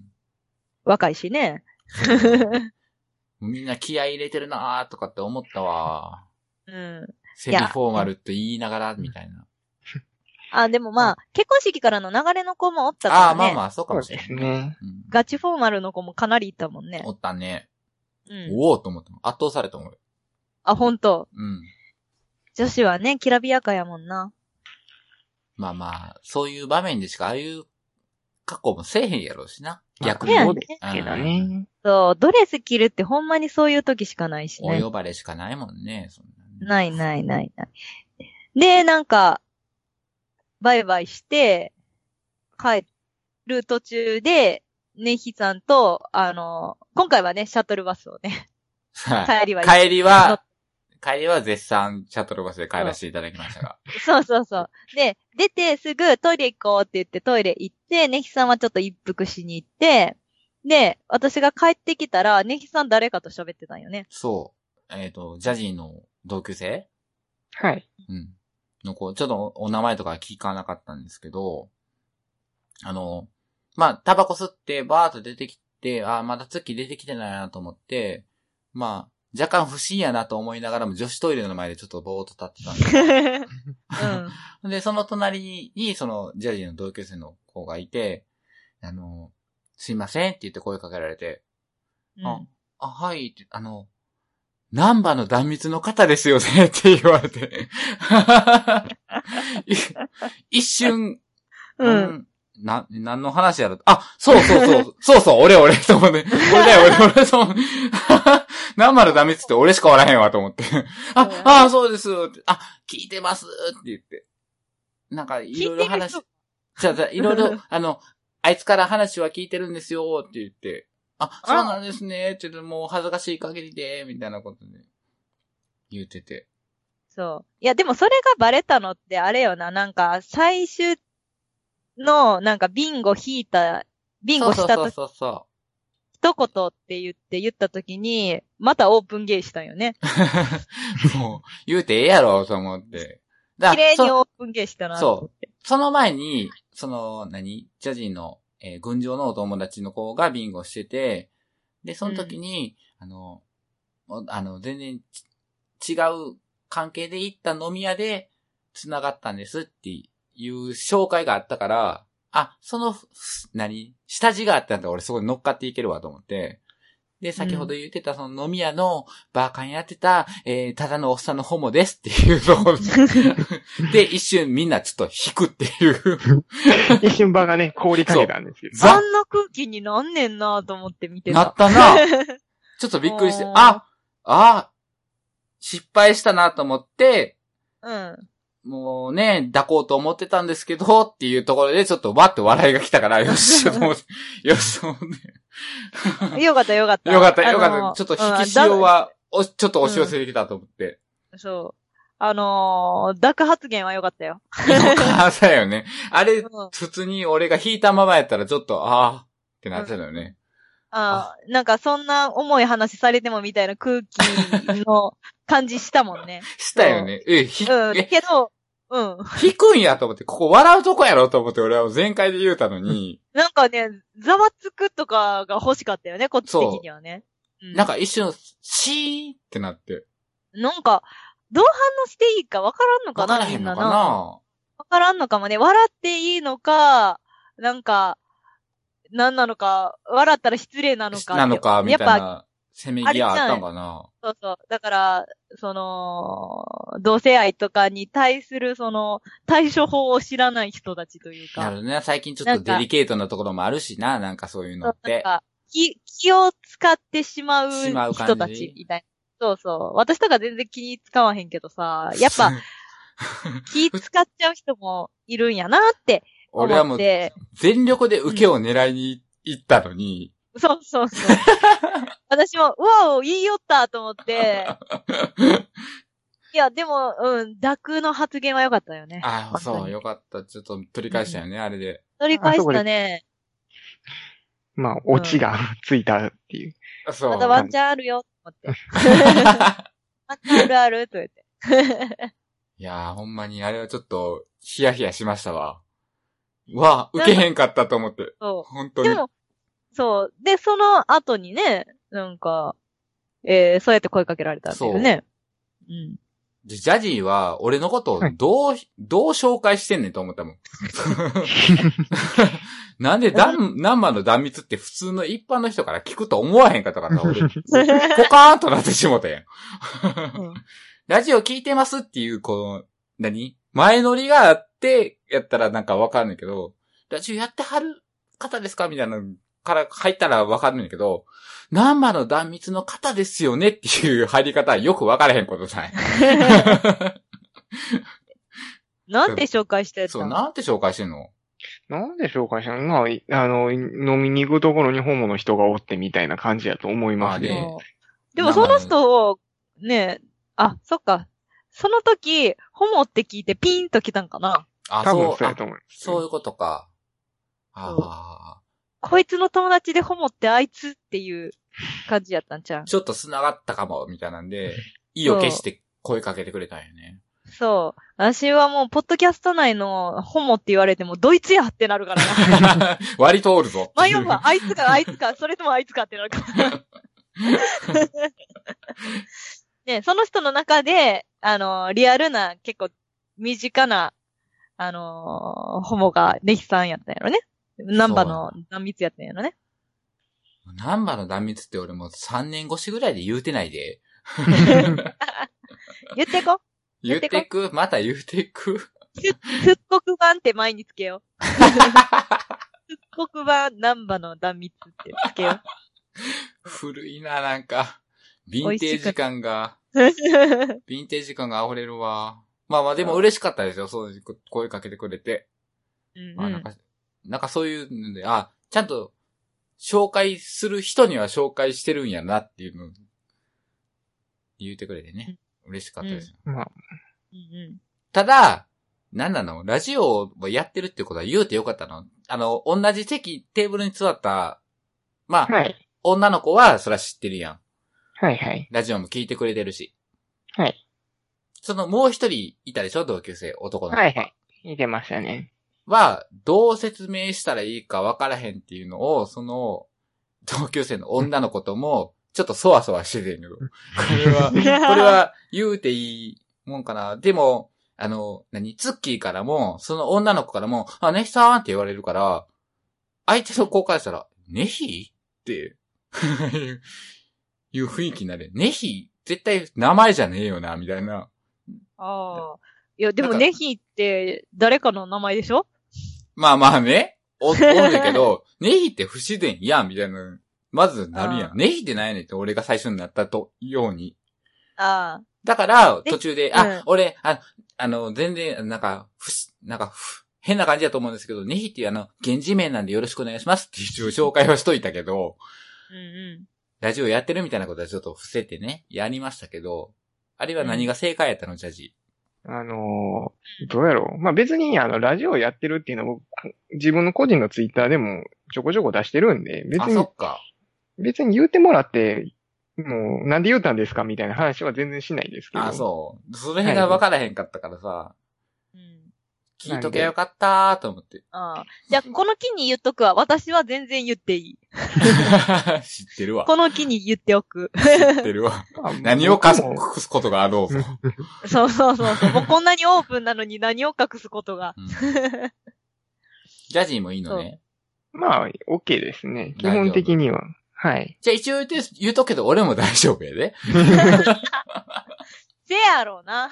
Speaker 1: 若いしね。
Speaker 3: みんな気合い入れてるなーとかって思ったわ。
Speaker 1: うん。
Speaker 3: セミフォーマルって言いながら、みたいな。
Speaker 1: あ、でもまあ、結婚式からの流れの子もおったからね。あ
Speaker 3: あ、まあまあ、そうかもしれない。ね、
Speaker 1: うん。ガチフォーマルの子もかなりいたもんね。
Speaker 3: おったね。うん。おおと思った。圧倒されたもん。
Speaker 1: あ、ほんと。
Speaker 3: うん。
Speaker 1: 女子はね、きらびやかやもんな。
Speaker 3: まあまあ、そういう場面でしかああいう格好もせえへんやろうしな。逆
Speaker 2: に。そうですけどね。
Speaker 1: そう、ドレス着るってほんまにそういう時しかないしね。
Speaker 3: お呼ばれしかないもんね。そん
Speaker 1: なねないないないない。で、なんか、バイバイして、帰る途中で、ねひさんと、あの、今回はね、シャトルバスをね、帰りは、
Speaker 3: 帰りは、帰りは絶賛シャトルバスで帰らせていただきましたが。
Speaker 1: そうそうそう。で、出てすぐトイレ行こうって言ってトイレ行って、ねひさんはちょっと一服しに行って、で、私が帰ってきたら、ねひさん誰かと喋ってたんよね。
Speaker 3: そう。えっと、ジャジーの同級生？
Speaker 2: はい。
Speaker 3: うん。の子、ちょっとお名前とか聞かなかったんですけど、あの、まあ、タバコ吸ってバーッと出てきて、あ、まだ月出てきてないなと思って、まあ、若干不審やなと思いながらも女子トイレの前でちょっとぼーっと立ってたんですうん、で、その隣に、その、ジャジーの同級生の子がいて、あの、すいませんって言って声かけられて、うん、あ、あ、はいって、あの、ナンバの断蜜の方ですよねって言われて。一瞬、うん。な、何の話やろあ、そうそうそう、そうそう、俺俺、と思って。俺だよ、俺、俺、そう。ナンバの断蜜って俺しかおらへんわ、と思って。あ、ああ、そうです。あ、聞いてますって言って。なんか、いろいろ話、じゃあ、いろいろ、あの、あいつから話は聞いてるんですよって言って。あ、そうなんですね。ちょっともう恥ずかしい限りで、みたいなことで言ってて。
Speaker 1: そう。いや、でもそれがバレたのってあれよな、なんか、最終の、なんか、ビンゴ引いた、ビンゴしたとき、
Speaker 3: そうそうそうそう。
Speaker 1: 一言って言って言ったときに、またオープンゲイしたんよね。
Speaker 3: もう、言うてええやろ、と思って。
Speaker 1: 綺麗にオープンゲイしたなと思って。
Speaker 3: そう。その前に、その、何ジャジーの、えー、群青のお友達の子がビンゴしてて、で、その時に、うん、あの、あの、全然違う関係で行った飲み屋で繋がったんですっていう紹介があったから、あ、その、何下地があったんだ俺そこに乗っかっていけるわと思って。で、先ほど言ってたその飲み屋のバーカンやってた、えー、ただのおっさんのホモですっていうので、一瞬みんなちょっと引くっていう
Speaker 2: 一瞬場がね、凍りかけたんですけど。
Speaker 1: あんな空気になんねんなと思って見てた。
Speaker 3: なったなちょっとびっくりして、あ、あ、失敗したなと思って、
Speaker 1: うん。
Speaker 3: もうね、抱こうと思ってたんですけど、っていうところでちょっとわって笑いが来たから、よし、と思って、よし、と思って。
Speaker 1: よかったよかった。
Speaker 3: よかったよかった。ちょっと引き潮は、うん、ちょっと押し寄せてきたと思って。
Speaker 1: うん、そう。あのー、ダク発言はよかったよ。
Speaker 3: よかったよね。あれ、うん、普通に俺が引いたままやったらちょっと、あーってなってたよね。
Speaker 1: うん、ああ、なんかそんな重い話されてもみたいな空気の感じしたもんね。
Speaker 3: したよね。え、ひ、
Speaker 1: うん、
Speaker 3: え、
Speaker 1: けど、うん。
Speaker 3: 引くんやと思って、ここ笑うとこやろと思って俺は全開で言うたのに。
Speaker 1: なんかね、ざわつくとかが欲しかったよね、こっち的にはね。
Speaker 3: うん、なんか一瞬、シーってなって。
Speaker 1: なんか、どう反応していいかわからんのかな、
Speaker 3: わからへんのかな。
Speaker 1: わからんのかもね。笑っていいのか、なんか、何なのか、笑ったら失礼なのか。
Speaker 3: なのか、みたいな、せめぎ合あったんかな。
Speaker 1: そうそう。だから、その、同性愛とかに対する、その、対処法を知らない人たちというか。
Speaker 3: なるほどね。最近ちょっとデリケートなところもあるしな、なんかそういうのって。
Speaker 1: なんか気、気を使ってしまう人たちみたいな。そうそう。私とか全然気使わへんけどさ、やっぱ、気使っちゃう人もいるんやなって思って。俺はもう、
Speaker 3: 全力で受けを狙いに行ったのに。
Speaker 1: うん、そうそうそう。私も、うわお、言いよったと思って。いや、でも、うん、ダクの発言は良かったよね。
Speaker 3: ああ、そう、良かった。ちょっと取り返したよね、うん、あれで。
Speaker 1: 取り返したね。
Speaker 2: まあ、オチがついたっていう。
Speaker 3: そう。
Speaker 1: まだワンチャンあるよ、と思って。ワンチャンあるある、と言って。
Speaker 3: いやー、ほんまに、あれはちょっと、ヒヤヒヤしましたわ。わあ、受けへんかったと思って。そう。本当に。
Speaker 1: でも、そう。で、その後にね、なんか、えー、そうやって声かけられたんだよね。そう。うん。
Speaker 3: で、ジャジーは、俺のことをどう、どう紹介してんねんと思ったもん。なんで、ダン、ナンバーの断蜜って普通の一般の人から聞くと思わへんかったから、俺。ポカーンとなってしもたやん。うん、ラジオ聞いてますっていう、この、何前乗りがあって、やったらなんかわかんないけど、ラジオやってはる方ですかみたいなから入ったらわかるんだけど、ナンバーの断蜜の方ですよねっていう入り方はよくわからへんことない。
Speaker 1: なんて紹介してた
Speaker 3: そう、なんて紹介してんの
Speaker 2: なんで紹介したのまあ、あの、飲みに行くところにホモの人がおってみたいな感じやと思いますけど。ね、
Speaker 1: でもその人を、ね、あ、そっか。その時、ホモって聞いてピーンと来たんかな。
Speaker 3: あ、
Speaker 2: 多分そうやと思う。
Speaker 3: そういうことか。ああ。
Speaker 1: こいつの友達でホモってあいつっていう感じやったんちゃう？
Speaker 3: ちょっと繋がったかも、みたいなんで、意を決して声かけてくれたんよね。
Speaker 1: そう。私はもう、ポッドキャスト内のホモって言われても、ドイツやってなるから
Speaker 3: な。割とおるぞ。
Speaker 1: 迷うわ。あいつか、あいつか、それともあいつかってなるから。ね、その人の中で、あの、リアルな、結構、身近な、あのー、ホモがネヒさんやったんやろね。ナンバの断蜜やったんやろね。
Speaker 3: ナンバの断蜜って俺もさんねん越しぐらいで言うてないで。
Speaker 1: 言ってこ。
Speaker 3: 言ってくまた言ってく
Speaker 1: 復刻版って前につけよう。復刻版ナンバの断蜜ってつけよう。
Speaker 3: 古いな、なんか。ヴィンテージ感が。ヴィンテージ感が溢れるわ。まあまあでも嬉しかったですよ。そう声かけてくれて。うんうん、あなんかなんかそういうので、あ、ちゃんと紹介する人には紹介してるんやなっていうのを言ってくれてね。嬉しかったですよ。
Speaker 2: うん、まあ、
Speaker 1: うんうん、
Speaker 3: ただ、なんなのラジオをやってるってことは言うてよかったのあの、同じ席、テーブルに座った、まあ、はい、女の子はそら知ってるやん。
Speaker 2: はいはい。
Speaker 3: ラジオも聞いてくれてるし。
Speaker 2: はい。
Speaker 3: そのもう一人いたでしょ同級生、男の子。
Speaker 2: はいはい。いてましたね。
Speaker 3: は、どう説明したらいいか分からへんっていうのを、その、同級生の女の子とも、ちょっとそわそわしててんけど。これは、これは言うていいもんかな。でも、あの、何ツッキーからも、その女の子からも、あ、ネヒさんって言われるから、相手の子からしたら、ネヒっていう雰囲気になる。ネヒ絶対名前じゃねえよな、みたいな。
Speaker 1: ああ。いや、でもネヒって誰かの名前でしょ？
Speaker 3: まあまあね。お、おるけど、ネヒって不自然やん、みたいな。まずなるやん。ネヒってないねんって俺が最初になったと、ように。
Speaker 1: ああ。
Speaker 3: だから、途中で、あ、うん、俺、あ、あの、全然、なんか、ふし、なんか、変な感じだと思うんですけど、ネヒっていうあの、現地名なんでよろしくお願いしますって一応紹介はしといたけど、
Speaker 1: うんうん。
Speaker 3: ラジオやってるみたいなことはちょっと伏せてね、やりましたけど、あれは何が正解やったの、ジャジ？
Speaker 2: あのー、どうやろう。まあ、別に、あの、ラジオやってるっていうのを、自分の個人のツイッターでもちょこちょこ出してるんで、別に、
Speaker 3: あ、そっか。
Speaker 2: 別に言うてもらって、もう、なんで言うたんですかみたいな話は全然しないですけど。
Speaker 3: あ、そう。それが分からへんかったからさ、はい、うん、聞いとけよかったーと思って。
Speaker 1: ああ。じゃあ、この機に言っとくわ。私は全然言っていい。
Speaker 3: 知ってるわ。
Speaker 1: この機に言っておく。
Speaker 3: 知ってるわ。何を隠すことがあろうぞ。
Speaker 1: そうそうそうそう。もうこんなにオープンなのに何を隠すことが。うん、
Speaker 3: ジャジーもいいのね。
Speaker 2: まあ、OK ですね。基本的には。はい。
Speaker 3: じゃあ一応言って、言うとくけど、俺も大丈夫やで。
Speaker 1: せやろうな。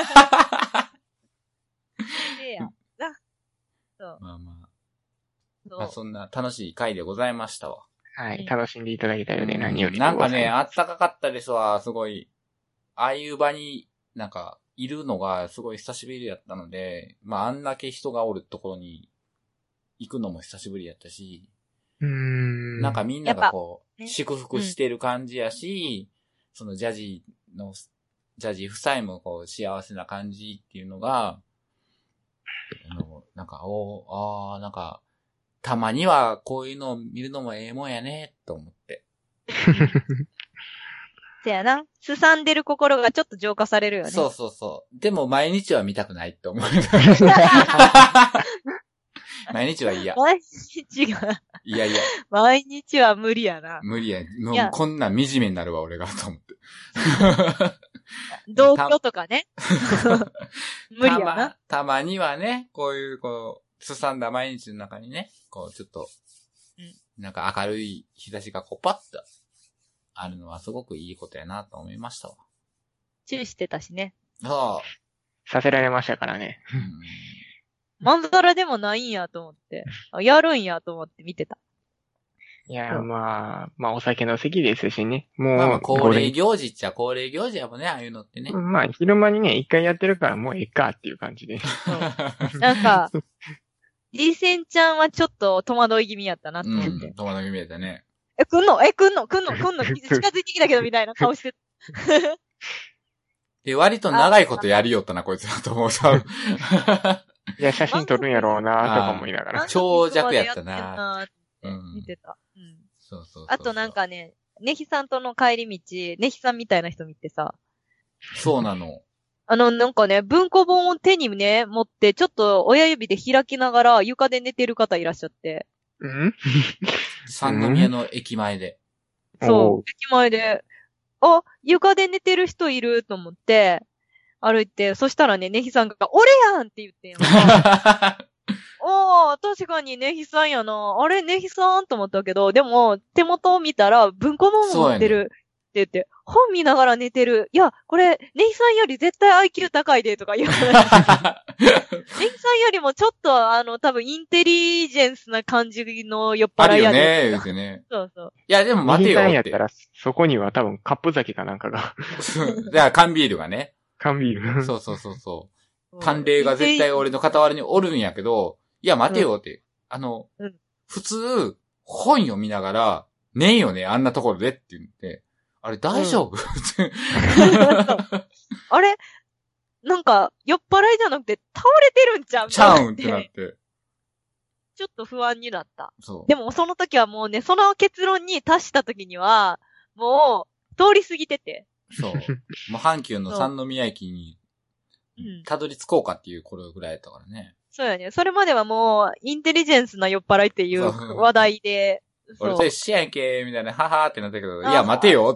Speaker 1: せや。な。そう。
Speaker 3: まあまあ。そうまあそんな楽しい回でございましたわ。
Speaker 2: はい。楽しんでいただけたようで何より、
Speaker 3: うん。なんかね、あったかかったですわ。すごい。ああいう場になんか、いるのがすごい久しぶりやったので、まああんだけ人がおるところに行くのも久しぶりやったし、
Speaker 2: うーん
Speaker 3: なんかみんながこう、ね、祝福してる感じやし、うん、そのジャジーの、ジャジー夫妻もこう幸せな感じっていうのが、あの、なんか、おああ、なんか、たまにはこういうのを見るのもええもんやね、と思って。
Speaker 1: せやな。すさんでる心がちょっと浄化されるよね。
Speaker 3: そうそうそう。でも毎日は見たくないって思う。毎日は嫌。
Speaker 1: 毎日が。
Speaker 3: いやいや。
Speaker 1: 毎日は無理やな。
Speaker 3: 無理や。もうこんなん惨めになるわ、俺が、と思って。
Speaker 1: 同居とかね。無理やな。
Speaker 3: たま、たまにはね、こういう、こう、すさんだ毎日の中にね、こう、ちょっと、うん、なんか明るい日差しがこう、パッとあるのはすごくいいことやなと思いましたわ。
Speaker 1: チューしてたしね。
Speaker 3: そう。
Speaker 2: させられましたからね。うん
Speaker 1: まんざらでもないんやと思って。やるんやと思って見てた。
Speaker 2: いや、まあ、まあお酒の席ですしね。もう。
Speaker 3: まあまあ恒例行事っちゃ恒例行事やもんね、ああいうのってね。
Speaker 2: まあ昼間にね、一回やってるからもうええかっていう感じで。
Speaker 1: なんか、リーセンちゃんはちょっと戸惑い気味やったなって思って。
Speaker 3: うん、戸惑い気味やったね。
Speaker 1: え、来んのえ、来んの来んの来んの近づいてきたけどみたいな顔して。
Speaker 3: で、割と長いことやりよったな、こいつだと思うさ。
Speaker 2: いや、写真撮るんやろうなとか思いながら。
Speaker 3: 長尺やったな。
Speaker 1: うん、見てた。うん。
Speaker 3: そうそうそうそう。
Speaker 1: あとなんかね、ネヒさんとの帰り道、ネヒさんみたいな人見てさ。
Speaker 3: そうなの。
Speaker 1: あの、なんかね、文庫本を手にね、持って、ちょっと親指で開きながら床で寝てる方いらっしゃって。
Speaker 2: うん
Speaker 3: 三宮の駅前で。
Speaker 1: そう、駅前で、あ、床で寝てる人いると思って、歩いて、そしたらね、ネヒさんが、俺やんって言ってんやんか。おー、確かにネヒさんやな。あれ、ネヒさんと思ったけど、でも、手元を見たら、文庫本持ってるって言って、本見ながら寝てる。いや、これ、ネヒさんより絶対 アイキュー 高いで、とか言われて。ネヒさんよりもちょっと、あの、多分、インテリジェンスな感じの酔っ払いやで。
Speaker 3: あるよね、言うてね。
Speaker 1: そうそう。
Speaker 3: いや、でも待てよって。
Speaker 2: ネヒさんやったら、そこには多分、カップ酒かなんかが。
Speaker 3: じゃあ、缶ビールがね。
Speaker 2: 缶ビール。
Speaker 3: そうそうそうそう。探偵が絶対俺の傍らにおるんやけど、いや、待てよって。うん、あの、うん、普通、本読みながら、ねえよね、あんなところでって言って、あれ大丈夫、うん、
Speaker 1: あれなんか、酔っ払いじゃなくて倒れてるんちゃう
Speaker 3: ちゃうんってなって。
Speaker 1: ちょっと不安になった。
Speaker 3: そう。
Speaker 1: でもその時はもうね、その結論に達した時には、もう、通り過ぎてて。
Speaker 3: そう。もう阪急の三宮駅に、たどり着こうかっていう頃ぐらいやったからね。
Speaker 1: そうやね。それまではもう、インテリジェンスな酔っ払いっていう話題で。
Speaker 3: 俺それしやんけ、みたいな、ははーってなったけど、いや、待てよって。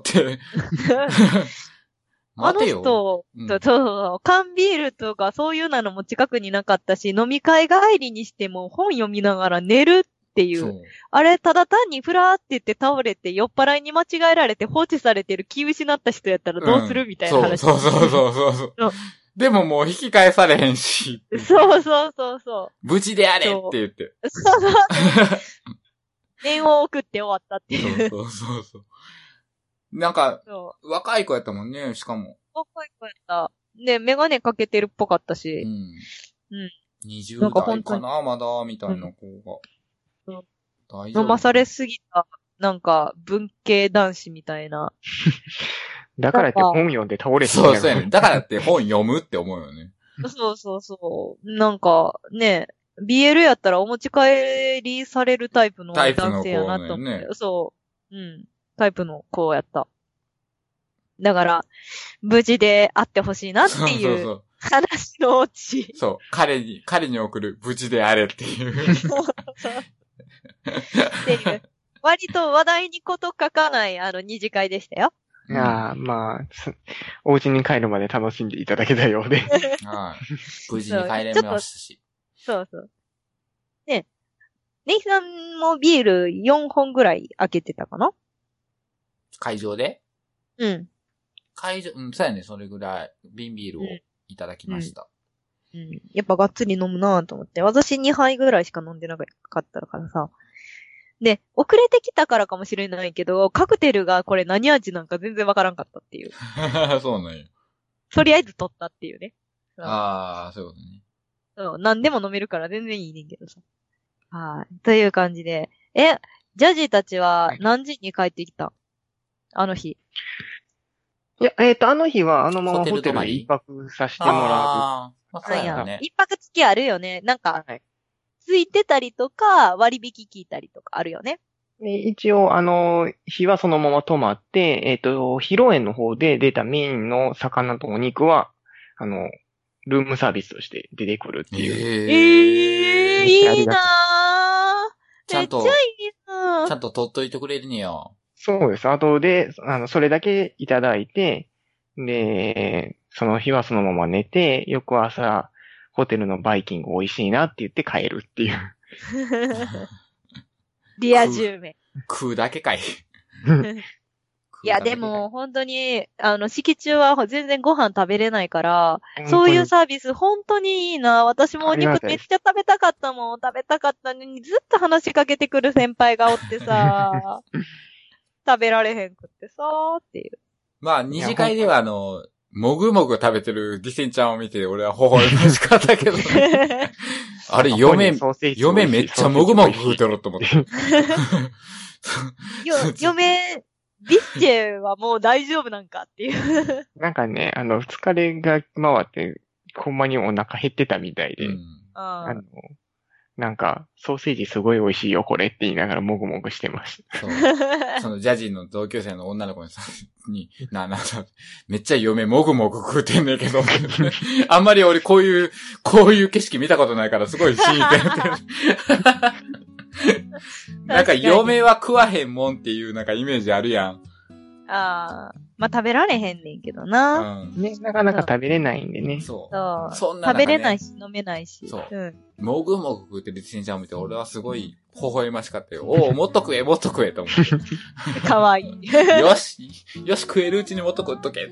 Speaker 1: あの人、うん、そう、缶ビールとかそういうのも近くになかったし、飲み会帰りにしても本読みながら寝るっていう。あれ、ただ単にフラーって言って倒れて酔っ払いに間違えられて放置されてる気失った人やったらどうする、うん、みたいな話。
Speaker 3: そうそうそうそうそう。でももう引き返されへんし。
Speaker 1: そうそうそうそう。
Speaker 3: 無事であれって言って。
Speaker 1: そうそう。念を送って終わったっていう。
Speaker 3: そうそうそう。なんか、若い子やったもんね、しかも。
Speaker 1: 若い子やった。ね、メガネかけてるっぽかったし。
Speaker 3: うん。うん。にじゅう代かな、まだ、みたいな子が。うん、大丈夫。
Speaker 1: 飲まされすぎた、なんか、文系男子みたいな。
Speaker 2: だからって本読んで倒れへんや
Speaker 3: そうそうやね。だからって本読むって思うよね。
Speaker 1: そうそうそう。なんか、ね、ビーエル やったらお持ち帰りされるタイプの男性やなと思って。ね、そう。うん。タイプの子やった。だから、無事であってほしいなっていう話のオチ。
Speaker 3: そうそうそう。そう。彼に、彼に送る無事であれっていう。そうそう。
Speaker 1: っていう。割と話題にこと書かないあの二次会でしたよ。
Speaker 2: いやー、まあ、お家に帰るまで楽しんでいただけたようで。
Speaker 3: はい。無事に帰れましたし。
Speaker 1: そうそう。ね。ネイさんもビールよんほんぐらい開けてたかな？
Speaker 3: 会場で？
Speaker 1: うん。
Speaker 3: 会場、うん、そうやね、それぐらい、瓶ビールをいただきました。
Speaker 1: うん。うん、やっぱがっつり飲むなぁと思って。私にはいぐらいしか飲んでなかったからさ。で、遅れてきたからかもしれないけど、カクテルがこれ何味なんか全然わからんかったっていう。
Speaker 3: そうなんや。
Speaker 1: とりあえず取ったっていうね。
Speaker 3: ああ、そういうことね。
Speaker 1: そう、何でも飲めるから全然いいねんけどさ。はい。という感じで。え、ジャジーたちは何時に帰ってきた？あの日。
Speaker 2: いや、えっ、ー、と、あの日はあのままホテルに一泊させてもらう。あ
Speaker 1: あ、そうやね。一泊付きあるよね。なんか、はい、ついてたりとか、割引聞いたりとかあるよね。
Speaker 2: 一応、あの、日はそのまま泊まって、えっ、ー、と、披露宴の方で出たメインの魚とお肉は、あの、ルームサービスとして出てくるっていう。
Speaker 1: えー、えー、いいなぁ。
Speaker 3: ちゃんと、
Speaker 1: めっちゃいいなぁ。
Speaker 3: ちゃんと取っといてくれるによ。
Speaker 2: そうです。後で、あの、それだけいただいて、で、その日はそのまま寝て、翌朝、ホテルのバイキング美味しいなって言って帰るっていう。
Speaker 1: リア充名。
Speaker 3: 食うだけかい。
Speaker 1: いや、でも、本当に、あの、式中は全然ご飯食べれないから、そういうサービス本当にいいな。私もお肉めっちゃ食べたかったもん。食べたかったのに、ずっと話しかけてくる先輩がおってさ、食べられへんくってさーっていう。
Speaker 3: まあ、二次会ではあの、もぐもぐ食べてるディセンちゃんを見て、俺は微笑ましかったけどね。あれ、嫁、嫁めっちゃもぐもぐ食うてろと思って。
Speaker 1: よ、嫁、ディッチェはもう大丈夫なんかっていう。
Speaker 2: なんかね、あの、疲れが回って、ほんまにお腹減ってたみたいで、うん、あの、なんか、ソーセージすごい美味しいよ、これって言いながらもぐもぐしてました。
Speaker 3: そう。そのジャジーの同級生の女の子にさ、に、な、な、めっちゃ嫁もぐもぐ食うてんねんけど、あんまり俺こういう、こういう景色見たことないからすごいシーンってなんか嫁は食わへんもんっていうなんかイメージあるやん。
Speaker 1: ああ、まあ、食べられへんねんけどな。
Speaker 2: うん。ね、なかなか食べれないんでね。
Speaker 3: そう。
Speaker 1: そう。
Speaker 3: そんな、
Speaker 1: ね、食べれないし、飲めないし。
Speaker 3: そう。うん。もぐもぐ食ってるディセンちゃんを見て、俺はすごい微笑ましかったよ。おお、もっと食え、もっと食え、と思って。
Speaker 1: かわいい。
Speaker 3: よし、よし、食えるうちにもっと食っとけ。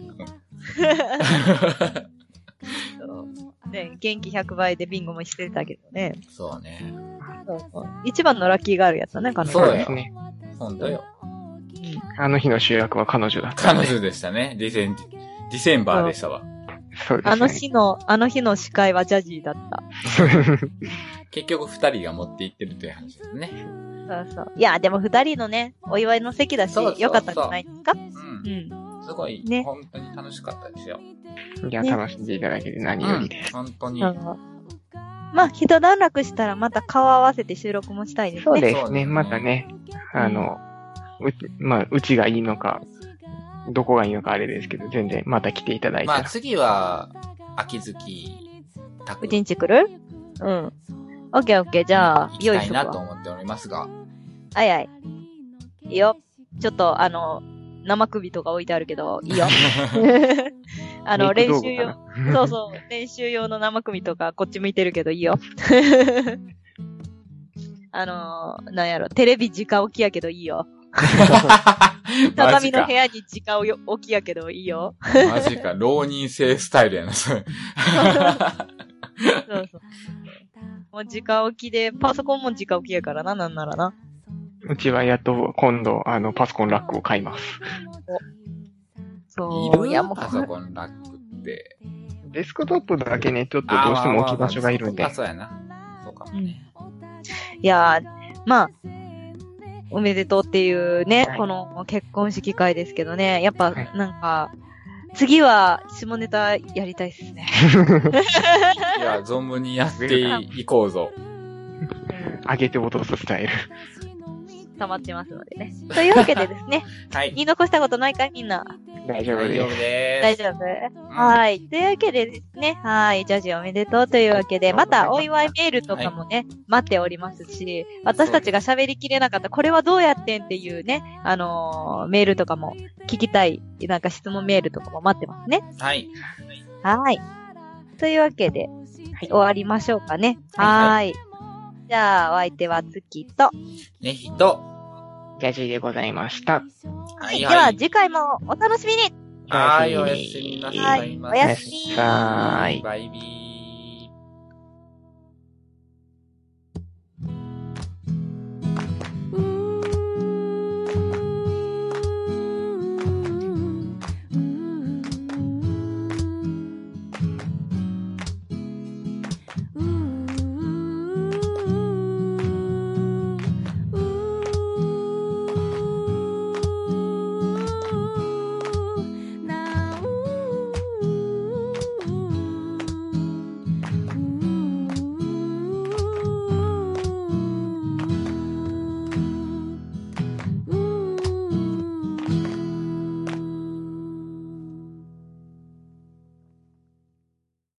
Speaker 1: そうね、元気ひゃくばいでビンゴもしてたけどね。
Speaker 3: そうね。
Speaker 1: そうそう。一番のラッキーガールやったね、彼女。
Speaker 3: そうですね。ほんとよ。
Speaker 2: あの日の主役は彼女だった、
Speaker 3: ね。彼女でしたね。ディセン、ディセンバーでしたわ。
Speaker 2: そうですね。
Speaker 1: あの日の、あの日の司会はジャジーだった。
Speaker 3: 結局二人が持って行ってるという話ですね。
Speaker 1: そうそう。いや、でも二人のね、お祝いの席だし、よかったんじゃないですか？うん。うん。
Speaker 3: すごい、ね、本当に楽しかったですよ。
Speaker 2: いや、ね、楽しんでいただけて何よりです。
Speaker 3: うん、本当に。
Speaker 1: まあ、一段落したらまた顔合わせて収録もしたいですね。
Speaker 2: そうですね。またね、あの、うち、まあ、うちがいいのか、どこがいいのかあれですけど、全然また来ていただいたら。
Speaker 3: まあ、次は、秋月、たく。
Speaker 1: うちんち来る？うん。オッケーオッケー、じゃあ、
Speaker 3: 用意したいなと思っておりますが。
Speaker 1: あいあい。いいよ。ちょっと、あの、生首とか置いてあるけど、いいよ。あの、練習用、そうそう、練習用の生首とかこっち向いてるけどいいよ。あのー、なんやろ、テレビ直置きやけどいいよ。畳の部屋に直置きやけどいいよ。
Speaker 3: マジか、浪人生スタイルやな、それ。
Speaker 1: そうそう。もう直置きで、パソコンも直置きやからな、なんならな。
Speaker 2: うちはやっと今度、あの、パソコンラックを買います。
Speaker 3: そう。いる？いや、もうパソコンラックって。
Speaker 2: デスクトップだけね、ちょっとどうしても置き場所がいるんで。
Speaker 3: あ、そうやな。そうかもね。
Speaker 1: うん、いやー、まあ、おめでとうっていうね、はい、この結婚式会ですけどね、やっぱ、なんか、はい、次は下ネタやりたいっすね。
Speaker 3: いや、存分にやっていこうぞ。
Speaker 2: 上げて落とすスタイル。
Speaker 1: 溜まってますのでね。というわけでですね。はい。言い残したことないかみんな。
Speaker 2: 大丈夫です。
Speaker 1: 大丈夫、うん、はい。というわけでですね。はい。ジャジおめでとうというわけで、またお祝いメールとかもね、はい、待っておりますし、私たちが喋りきれなかった、これはどうやってんっていうね、あのー、メールとかも聞きたい、なんか質問メールとかも待ってますね。
Speaker 3: はい。
Speaker 1: はい。というわけで、はい、終わりましょうかね。はい。じゃあ、お相手は月と、
Speaker 3: ねひと、
Speaker 2: ジャジーでございました。
Speaker 1: はい、はい。では、次回もお楽しみに。
Speaker 3: はい、おやすみなさいませ。
Speaker 1: はい、おやすみ。
Speaker 2: はい。
Speaker 3: バイビー。